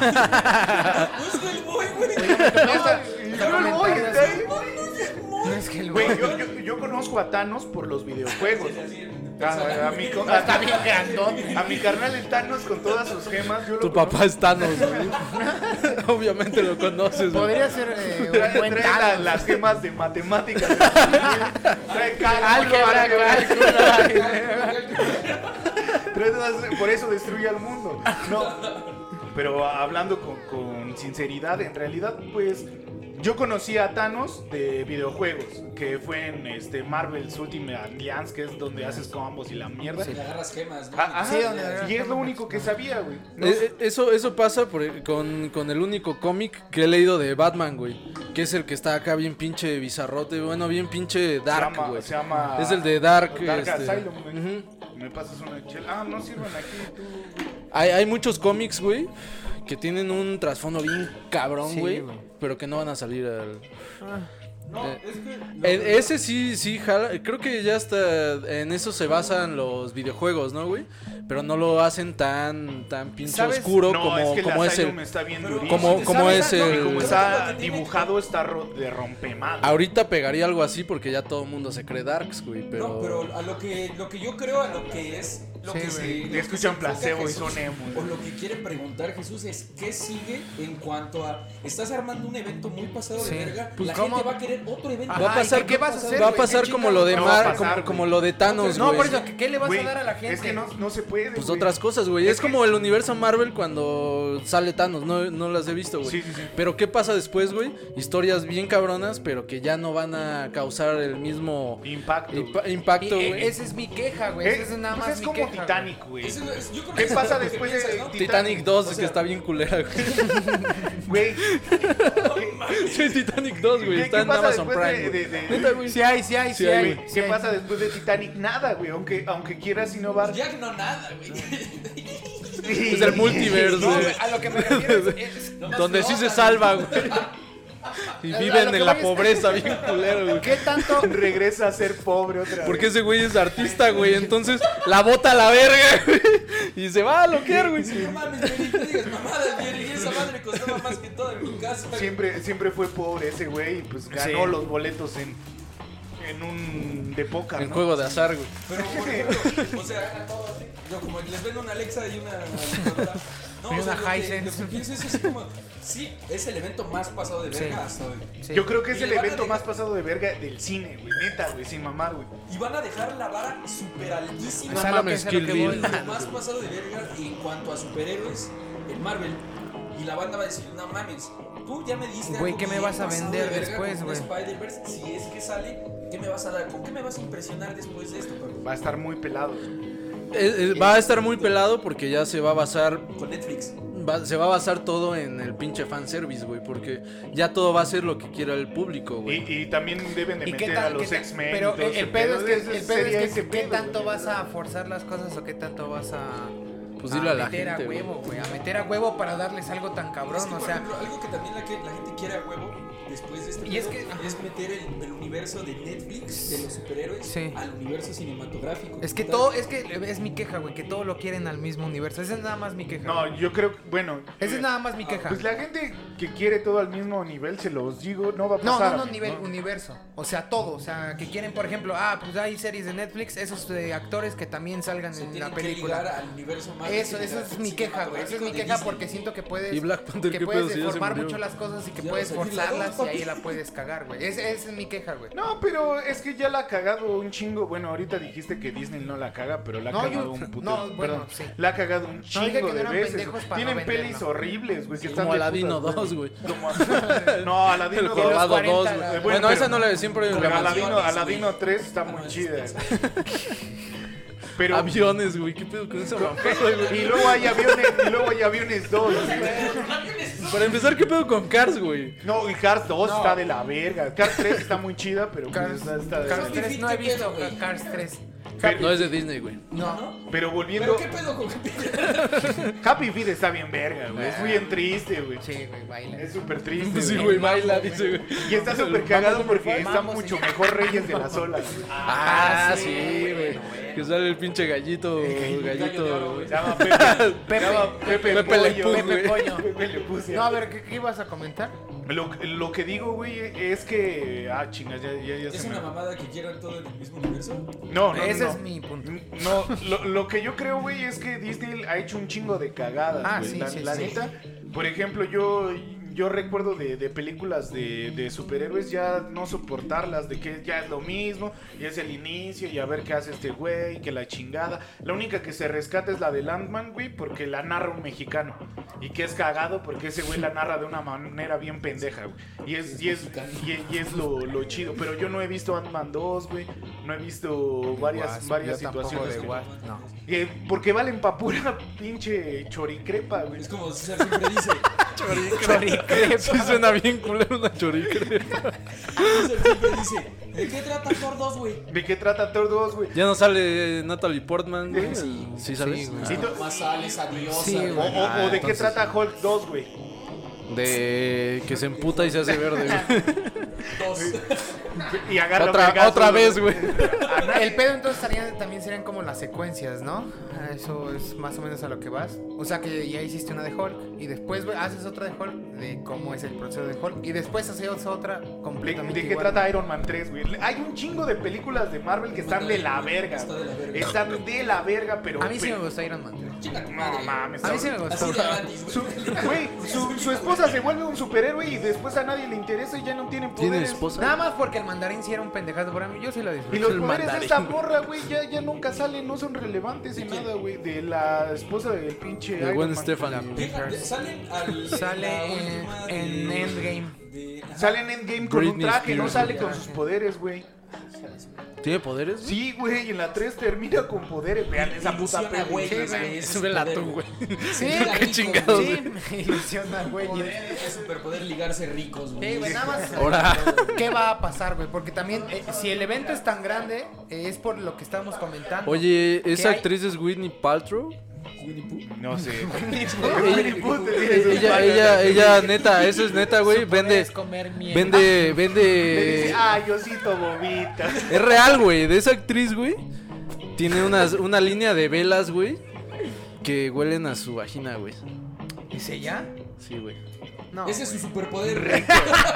es el boy, güey. Y yo, Hellboy, está ahí. No es que el Güey, yo, yo, yo conozco a Thanos por los videojuegos. A, a mi, co- No, está bien grandote. a mi carnal el Thanos con todas sus gemas. Yo lo Tu conozco. papá es Thanos, güey. Obviamente lo conoces, güey. Podría ser eh, un Trae, buen trae la- Thanos. las gemas de matemáticas. Trae cálculo, Álgebra, álgebra. Trae todas- por eso destruye al mundo. No. Pero hablando con, con sinceridad, en realidad, pues yo conocí a Thanos de videojuegos, que fue en este Marvel's Ultimate Alliance, que es donde haces combos y la mierda. Le agarras gemas, ¿no? Ah, ajá, Sí, donde agarras y es lo gemas. único que sabía, güey. No Eh, sé- eh, Eso, eso pasa por- con, con el único cómic que he leído de Batman, güey. Que es el que está acá bien pinche bizarrote, bueno, bien pinche dark, se llama, güey. se llama Es el de Dark. Dark este, Asylum, güey. ujú. Me pasas una chela. Ah, no sirven aquí, tú. Hay, hay muchos cómics, güey, que tienen un trasfondo bien cabrón, Sí, güey. güey. Pero que no van a salir al... No, Eh, es que. En ese sí, sí, jala. Creo que ya está. En eso se basan los videojuegos, ¿no, güey? Pero no lo hacen tan, tan pinche ¿Sabes? oscuro No, como, es que el como es Asylum el. está bien Pero- durísimo. Como, como ¿Sabes? es No, Y el. como Pero está que tiene- dibujado, está ro- de rompemadre. Ahorita pegaría algo así porque ya todo el mundo se cree Darks, güey. Pero. No, pero a lo que, lo que yo creo, a lo que es. Lo Sí, que güey. se, Y lo que escuchan se enfoca placebo y Jesús, son emo. O lo que quiere preguntar Jesús es: ¿qué sigue en cuanto a. Estás armando un evento muy pasado Sí. de verga? Pues, la ¿cómo? gente va a querer tener otro evento. Ajá, Va a pasar, ¿y qué- qué vas a hacer, va a güey? pasar ¿Qué como chingados lo de no va a Mar, pasar, como, güey? como lo de Thanos, No, güey. por eso, ¿qué, qué le vas Güey, a dar a la gente? Es que no, no se puede, Pues güey. otras cosas, güey. Es Es, que- como el universo Marvel cuando sale Thanos. No, no las he visto, güey. Sí, sí, sí. Pero ¿qué pasa después, güey? Historias bien cabronas, pero que ya no van a causar el mismo Impacto. impa- güey. impacto, Y, eh, güey. esa es mi queja, güey. Eh, Esa es nada pues más es mi como queja, Titanic, güey. Eso es- yo creo ¿Qué que eso pasa es lo que después de piensas, ¿no? Titanic? Titanic dos, O que sea- está bien culera, güey. Güey. Sí, Titanic dos, güey. ¿Qué, Está qué en pasa Amazon después Prime, de, güey. de, de- Neta, güey. Sí hay, sí hay, sí, Sí hay, hay. güey. sí ¿Qué hay. pasa después de Titanic? Nada, güey. Aunque, aunque quieras innovar. Jack no nada, güey. Es el multiverso, No, güey. güey, a lo que me refiero es... es- Nomás Donde sí se flotan, salva, güey. Y A- a viven lo que en la voy es- pobreza, bien culero, güey. ¿Qué tanto? Regresa a ser pobre otra vez. Porque ese güey es artista, güey. Entonces la bota a la verga, güey. Y se va a loquear, güey. No mames, güey, no digas mamadas, güey. Y esa madre costaba más que todo en mi casa. güey. Siempre, siempre fue pobre ese güey y pues ganó Sí. los boletos en, en un de póker, En ¿no? juego de azar, güey. Pero, por ejemplo, o sea, yo como les vendo una Alexa y una licuadora. No, Y o sea, una lo que- Hisense. Lo que pienso es así como, sí, es el evento más pasado de verga Sí. hasta hoy. Sí. Yo creo que es Y el le van a evento dejar- más pasado de verga del cine, güey. Neta, güey, sin mamar, güey. Y van a dejar la vara súper altísima. O No sea, lo que mames, es a lo Kill que Bill. voy. Lo más pasado de verga en cuanto a superhéroes en Marvel. Y la banda va a decir, no mames, tú ya me diste Güey, algo ¿qué me bien vas a pasado vender de verga después, con güey? Spider-Verse, si es que sale, ¿qué me vas a dar? ¿Con qué me vas a impresionar después de esto, cabrón? Va a estar muy pelado. Es- es- va a estar muy pelado porque ya se va a basar. Con Netflix. va- se va a basar todo en el pinche fanservice, güey. Porque ya todo va a ser lo que quiera el público, güey. Y, y también deben de ¿Y qué meter a tal? los qué tal? X-Men. Pero y todo el, ese el pedo es que, Ese el pedo sería es que ese ¿qué pedo, tanto güey. vas a forzar las cosas o qué tanto vas a, Pues dile a la meter gente, a güey. huevo, güey? A meter a huevo para darles algo tan cabrón, Es que, o por sea... ejemplo, algo que también la, que la gente quiere a huevo después de este Y es pedo, que- es meter el, el universo de Netflix de los superhéroes Sí. al universo cinematográfico. Es que como todo, tal. es que es mi queja, güey, que todo lo quieren al mismo universo. Esa es nada más mi queja. No, yo creo que, bueno. Esa eh, es nada más mi queja. Pues la gente que quiere todo al mismo nivel, se los digo, no va a No, pasar. no, no, nivel universo. O sea, todo. O sea, que quieren, por ejemplo, ah, pues hay series de Netflix, esos eh, actores que también salgan Se en tienen la que ligar película. al universo más Eso, eso es mi queja, güey. Esa es mi queja porque siento que puedes, Y Black Panther, que ¿qué puedes pedo si ya se deformar murió? mucho las cosas y que Ya puedes va a salir la dos, forzarlas y papi. ahí la puedes cagar, güey. Esa, esa es mi queja, güey. No, pero es que ya la ha cagado un chingo. Bueno, ahorita dijiste que Disney no la caga, pero la ha No, cagado yo- un puto. no, bueno, perdón, sí. la ha cagado un dije chingo que no de eran veces. pendejos para Tienen no pelis venderlo. horribles, güey. que están Como de Aladino putas, dos, güey. Como- No, Aladino El dos. Jorobado cuarenta, dos, la- güey. bueno, Bueno, pero- esa no la de siempre. Pero La Aladino, aviones, Aladino güey. tres está Ah, muy no, chida. es- Pero, Aviones, güey. ¿Qué pedo con esa mamada, güey? y luego hay aviones, y luego hay aviones dos. Para empezar, ¿qué pedo con Cars, güey? No, y Cars dos No. está de la verga. Cars tres está muy chida, pero pues, Cars, está, está de Cars la verga. tres, no he ¿Qué pedo, visto güey? Cars tres. No es de Disney, güey. No. Pero volviendo, ¿Pero qué pedo con que Happy Feet está bien verga, güey. Es bien triste, güey. Sí, güey, baila. Es súper triste, Sí, güey. güey, baila, dice, güey. Y está súper cagado porque está Vamos, mucho señor. mejor Reyes de las Olas. güey. Ah, Ah, sí, sí, güey. Que sale el pinche gallito, gallo de oro, gallito. güey. Se llama Pepe. Pepe. Se llama Pepe, Pepe Le Pollo, Pew, güey. Pepe Pollo. Pepe Le Pew, sí. No, a ver, ¿qué, qué ibas a comentar? Lo, lo que digo, güey, es que. Ah, chingas, ya, ya, ya es se una me. mamada que quieran todo en el mismo universo? No, no, Ese no. es mi punto. No, lo, lo que yo creo, güey, es que Disney ha hecho un chingo de cagadas, Ah, güey. sí, la sí, la sí. neta, por ejemplo, yo yo recuerdo de, de películas de, de superhéroes ya no soportarlas, de que ya es lo mismo, y es el inicio, y a ver qué hace este güey, que la chingada. La única que se rescata es la de Landman, güey, porque la narra un mexicano. Y que es cagado porque ese güey la narra de una manera bien pendeja, güey. Y es, y es, y es, y es lo, lo chido. Pero yo no he visto Ant-Man dos, güey. No he visto varias, Wasp, varias yo tampoco situaciones. de que- Wasp, no. eh, porque valen pa' pura pinche choricrepa, güey. Es como César siempre dice. Choricrepa. Sí suena bien culero una choricrepa. César siempre dice. ¿De qué trata Thor dos, güey? ¿De qué trata Thor dos, güey? Ya no sale Natalie Portman, güey. Sí. Sí, sale. Sí, güey. Y tú- Más sales a Dios. Sí, O, güey. o- o Ah, de qué entonces- trata Hulk dos, güey. De que se emputa y se hace verde, güey. Dos. Y agarra Otra, vergazos, otra vez, güey. A nadie- El pedo entonces estaría- también serían como las secuencias, ¿no? Ah, Eso es más o menos a lo que vas. O sea que ya hiciste una de Hulk y después güey, haces otra de Hulk de cómo es el proceso de Hulk y después haces otra ¿De, completamente de qué igual. trata Iron Man tres, güey? Hay un chingo de películas de Marvel que están de la verga. Está de la verga. Están de la verga, pero... A mí sí pero- me gusta Iron Man tres. Chinga tu madre. No mames. A mí sí me gustó. Así de gratis, Su, güey, su, su esposa se vuelve un superhéroe y después a nadie le interesa y ya no tienen poderes. ¿Tiene esposa? Nada más porque el mandarín sí era un pendejazo para mí. Yo sí lo Y disfruté. los el poderes de mandarín. esta morra, güey, ya, ya nunca salen, no son relevantes en nada, güey. De la esposa del pinche De Iron Gwen Man. Stefani. Fíjate, salen al. Sale la en- última en de- Endgame. de- ajá. Sale en Endgame con un Britney traje, no Spears, sale güey. con sus poderes, güey. ¿Tiene poderes? güey? Sí, güey, y en la tres termina con poderes. Vean esa puta Ilusiona, peli. güey, Sí, güey, güey. ese es Súbela poder, tú, güey. Sí, Ligar qué ricos, chingados, güey. sí, me ilusiona, güey. Poder, es superpoder ligarse ricos, güey. Sí, güey, nada más. Ahora. ¿Qué va a pasar, güey? Porque también, eh, si el evento es tan grande, eh, es por lo que estamos comentando. Oye, ¿esa hay? actriz es Whitney Paltrow? Winnie Pooh. No sé. Ella, ella, ella, neta, eso es neta, güey. Su poder Vende, es comer miel. vende, Le dice, vende. ah, Yosito Bobita. Es real, güey. De esa actriz, güey. Tiene unas, una línea de velas, güey. Que huelen a su vagina, güey. ¿Es ella? Sí, güey. No. Ese es su güey. superpoder.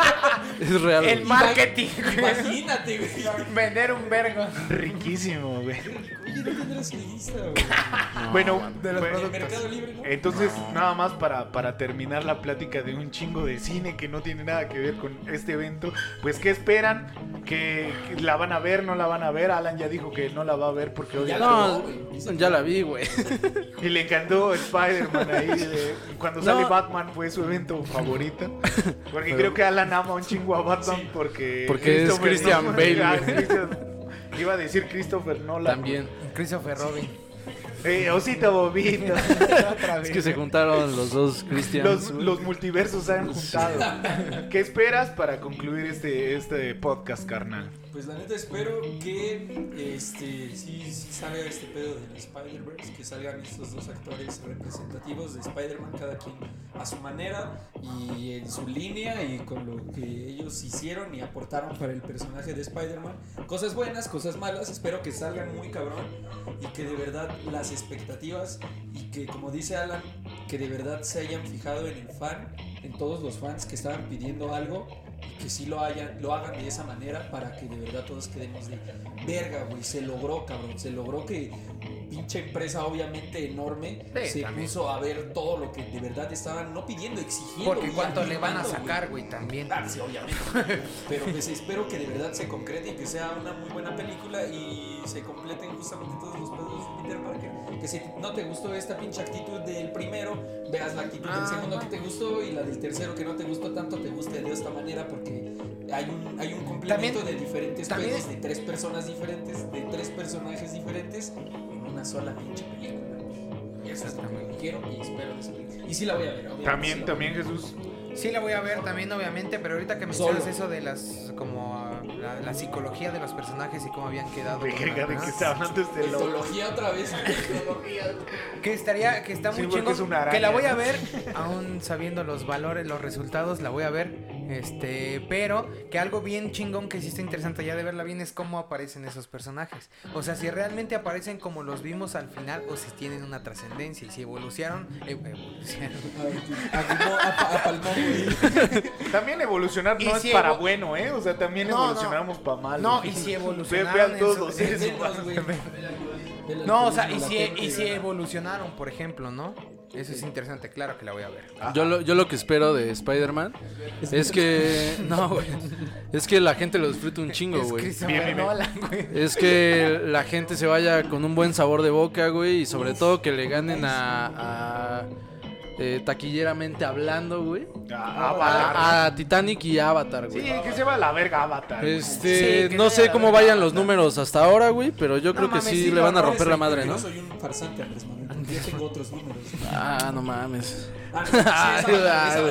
Es real, El güey. marketing, güey. Imagínate, güey. Vender un vergo. Riquísimo, güey. Oye, no tendrás lista, güey. Bueno, de los bueno, En Mercado Libre, ¿no? entonces, nada más para, para terminar la plática de un chingo de cine que no tiene nada que ver con este evento, pues ¿qué esperan? ¿Que, que la van a ver? ¿No la van a ver? Alan ya dijo que no la va a ver porque odia. Ya la No, vio, güey. Dice ya que- la vi, güey. Y le encantó Spider-Man ahí. de- cuando No. sale Batman fue su evento favorito. Porque creo que Alan ama un chingo a Batman porque... Porque es Christopher Christian Nolan- Bale, Ah, güey. Christian- Iba a decir Christopher Nolan. También. Christopher Robin. Eh, Osito Bobito. Es que se juntaron los dos Christians. Los, güey. los multiversos se han juntado. ¿Qué esperas para concluir este, este podcast, carnal? Pues la neta espero que este sí, sí salga este pedo del Spider-Verse, que salgan estos dos actores representativos de Spider-Man, cada quien a su manera y en su línea y con lo que ellos hicieron y aportaron para el personaje de Spider-Man. Cosas buenas, cosas malas, espero que salgan muy cabrón y que de verdad las expectativas y que, como dice Alan, que de verdad se hayan fijado en el fan, en todos los fans que estaban pidiendo algo y que sí lo hayan, lo hagan de esa manera para que de verdad todos quedemos de verga, güey, se logró, cabrón, se logró que pinche empresa obviamente enorme Sí, se también. puso a ver todo lo que de verdad estaban no pidiendo, exigiendo. Porque y cuánto le van a afirmando, sacar, güey, también. Ah, sí, obviamente. Pero pues espero que de verdad se concrete y que sea una muy buena película y se completen justamente todos los pedos de Peter Parker. Que si no te gustó esta pinche actitud del primero, veas la actitud Ah, del segundo no. que te gustó y la del tercero que no te gustó tanto, te guste de esta manera porque hay un, hay un complemento También- de diferentes también- pedos de tres personas diferentes, de tres personajes diferentes en una sola pinche película. Y eso es lo que quiero y espero de esa película. Y sí la voy a ver, obviamente. sí También, la también voy a ver. Jesús. Sí la voy a ver también, obviamente, pero ahorita que mencionas Solo. eso de las, como ah, la, la psicología de los personajes y cómo habían quedado. con Verga, ¿de las qué demás, está hablando este loco? Etología otra vez. Que estaría, que está Sí, muy porque chingón. es una araña, Que la voy a ¿no? ver, aún sabiendo los valores, los resultados, la voy a ver. Este, pero que algo bien chingón que sí está interesante ya de verla bien es cómo aparecen esos personajes. O sea, si realmente aparecen como los vimos al final o si tienen una trascendencia y si evolucionaron, eh, evolucionaron. Apalmó, apa- apalmó, güey. También evolucionar Y no si es para evo- bueno, ¿eh? O sea, también No, no. evolucionamos para mal. No, güey. y si Ve- evolucionaron. Vean en todos su- los seres Venos, humanos. güey. Ve la No, o sea, y película si, latente, y si güey. evolucionaron, por ejemplo, ¿no? Eso es interesante, claro que la voy a ver. Yo lo, yo lo que espero de Spider-Man es que. No, güey. Es que la gente lo disfrute un chingo, Es güey. Christopher Bien, bien, bien. Nolan, güey. Es que la gente se vaya con un buen sabor de boca, güey. Y sobre todo que le ganen a. a eh, taquilleramente hablando, güey. Ah, Avatar. A, a Titanic y Avatar, Sí, güey. que se va a la verga Avatar. güey. Este, Sí, que no se sé vaya cómo la verga vayan los Avatar. números hasta ahora, güey. Pero yo creo que mames, sí sí, le lo van a no, romper sí, la madre, ¿no? Yo soy un farsante, Andrés Manuel, porque yo tengo otros números. Ah, no mames. Ah, no, sí, esa Ay, va-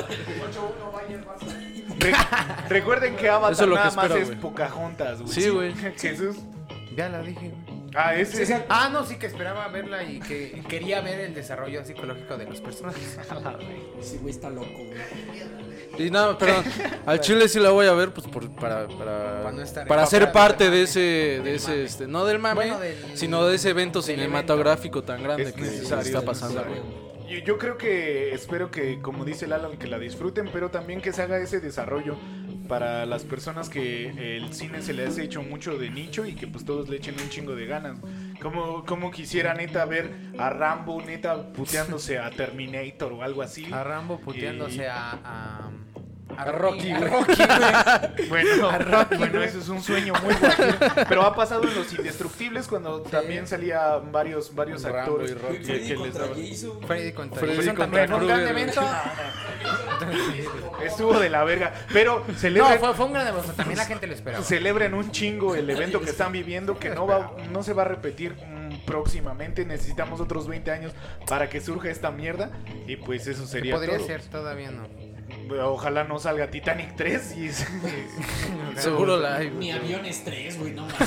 Re- recuerden que Avatar Eso es lo que nada más espero, es güey. Pocahontas, güey. Sí, güey. Jesús. Ya la dije, güey. Ah, ese. Ah, no, sí que esperaba verla y que quería ver el desarrollo psicológico de los personajes. Ese güey está loco, güey. Y no, perdón. Al Chile sí la voy a ver, pues por, para para, Para no estar- para para ser fuera parte del de mame. ese de Del ese mame. este, no del mame, Bueno, del- sino de ese evento del cinematográfico tan grande Es que necesario, está es pasando, necesario. güey. Yo, yo creo que espero que, como dice el Alan, que la disfruten, pero también que se haga ese desarrollo para las personas que el cine se les ha hecho mucho de nicho y que pues todos le echen un chingo de ganas. Como, como quisiera neta ver a Rambo neta puteándose a Terminator o algo así. A Rambo puteándose Y- a, a, A Rocky, A güey. Rocky, güey. Bueno, A Rocky, bueno, güey. eso es un sueño muy guajiro. Pero ha pasado en Los Indestructibles cuando también salían varios, varios Rambo actores y Rocky. que, Freddy que les contra daban. Jason. Freddy contra Freddy Jason contra también, un gran Krueger, evento. Estuvo de la verga. Pero No, celebren, fue, fue un gran evento, también la gente lo esperaba. celebren un chingo el evento que están viviendo, que no va, no se va a repetir mm, próximamente. Necesitamos otros veinte años para que surja esta mierda. Y pues eso sería Podría todo. ser, todavía no. Ojalá no salga Titanic tres y Seguro la hay, Mi güey. avión es tres, güey, no mames.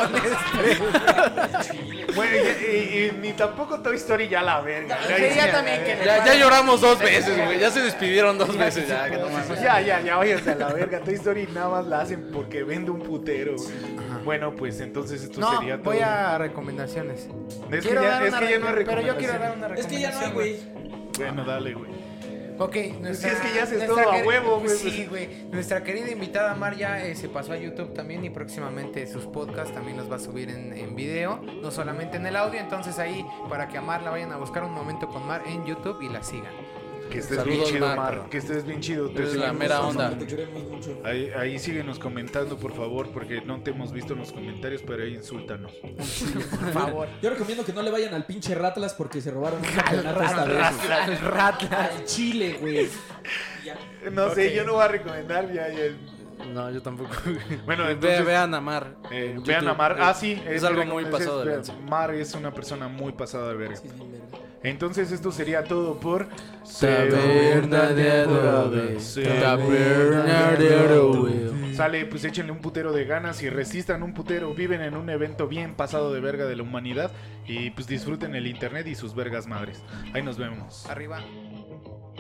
bueno, y, y- y ni tampoco Toy Story ya la verga. Sí, ya también que le Ya, ya pare. lloramos dos veces, güey. Ya se despidieron dos veces, ya. Que no mames. Ya, ya, ya, váyanse a la verga. Toy Story nada más la hacen porque vende un putero. Bueno, pues entonces esto No, sería todo. voy a recomendaciones. Es que Quiero ya, dar es una que ya no hay recom- Pero yo quiero recomendación. dar una Es que ya no hay, recomendación, güey. Bueno, dale, güey. Ok, nuestra, Si es que ya haces nuestra todo a quer- huevo, güey. Sí, güey. Nuestra querida invitada Mar ya eh, se pasó a YouTube también y próximamente sus podcasts también los va a subir en, en video, no solamente en el audio. Entonces ahí, para que a Mar la vayan a buscar un momento con Mar en YouTube y la sigan. Que estés Saludos, bien chido, Mar. Mar. Que estés bien chido. Te Eres la seguimos. mera onda. Te queremos mucho. Ahí, ahí síguenos comentando, por favor, porque no te hemos visto en los comentarios, pero ahí insúltanos. Por favor. Yo recomiendo que no le vayan al pinche Ratlas porque se robaron un campeonato esta vez. güey. Al Ratlas. Al Chile, güey. Ya. No sé, Ok. yo no voy a recomendar ya. ya. No, yo tampoco. Bueno, Ve- entonces- vean a Mar. Eh, en vean a YouTube. Mar. Ah, sí. Es eh, algo mi muy recomendación pasado es de ver- lanza. Mar es una persona muy pasada de verga. Sí, es bien verga. Entonces esto sería todo por Taberna de Adobe. Taberna de Adobe. Sale, pues échenle un putero de ganas y resistan un putero. Viven en un evento bien pasado de verga de la humanidad y pues disfruten el internet y sus vergas madres. Ahí nos vemos. Arriba.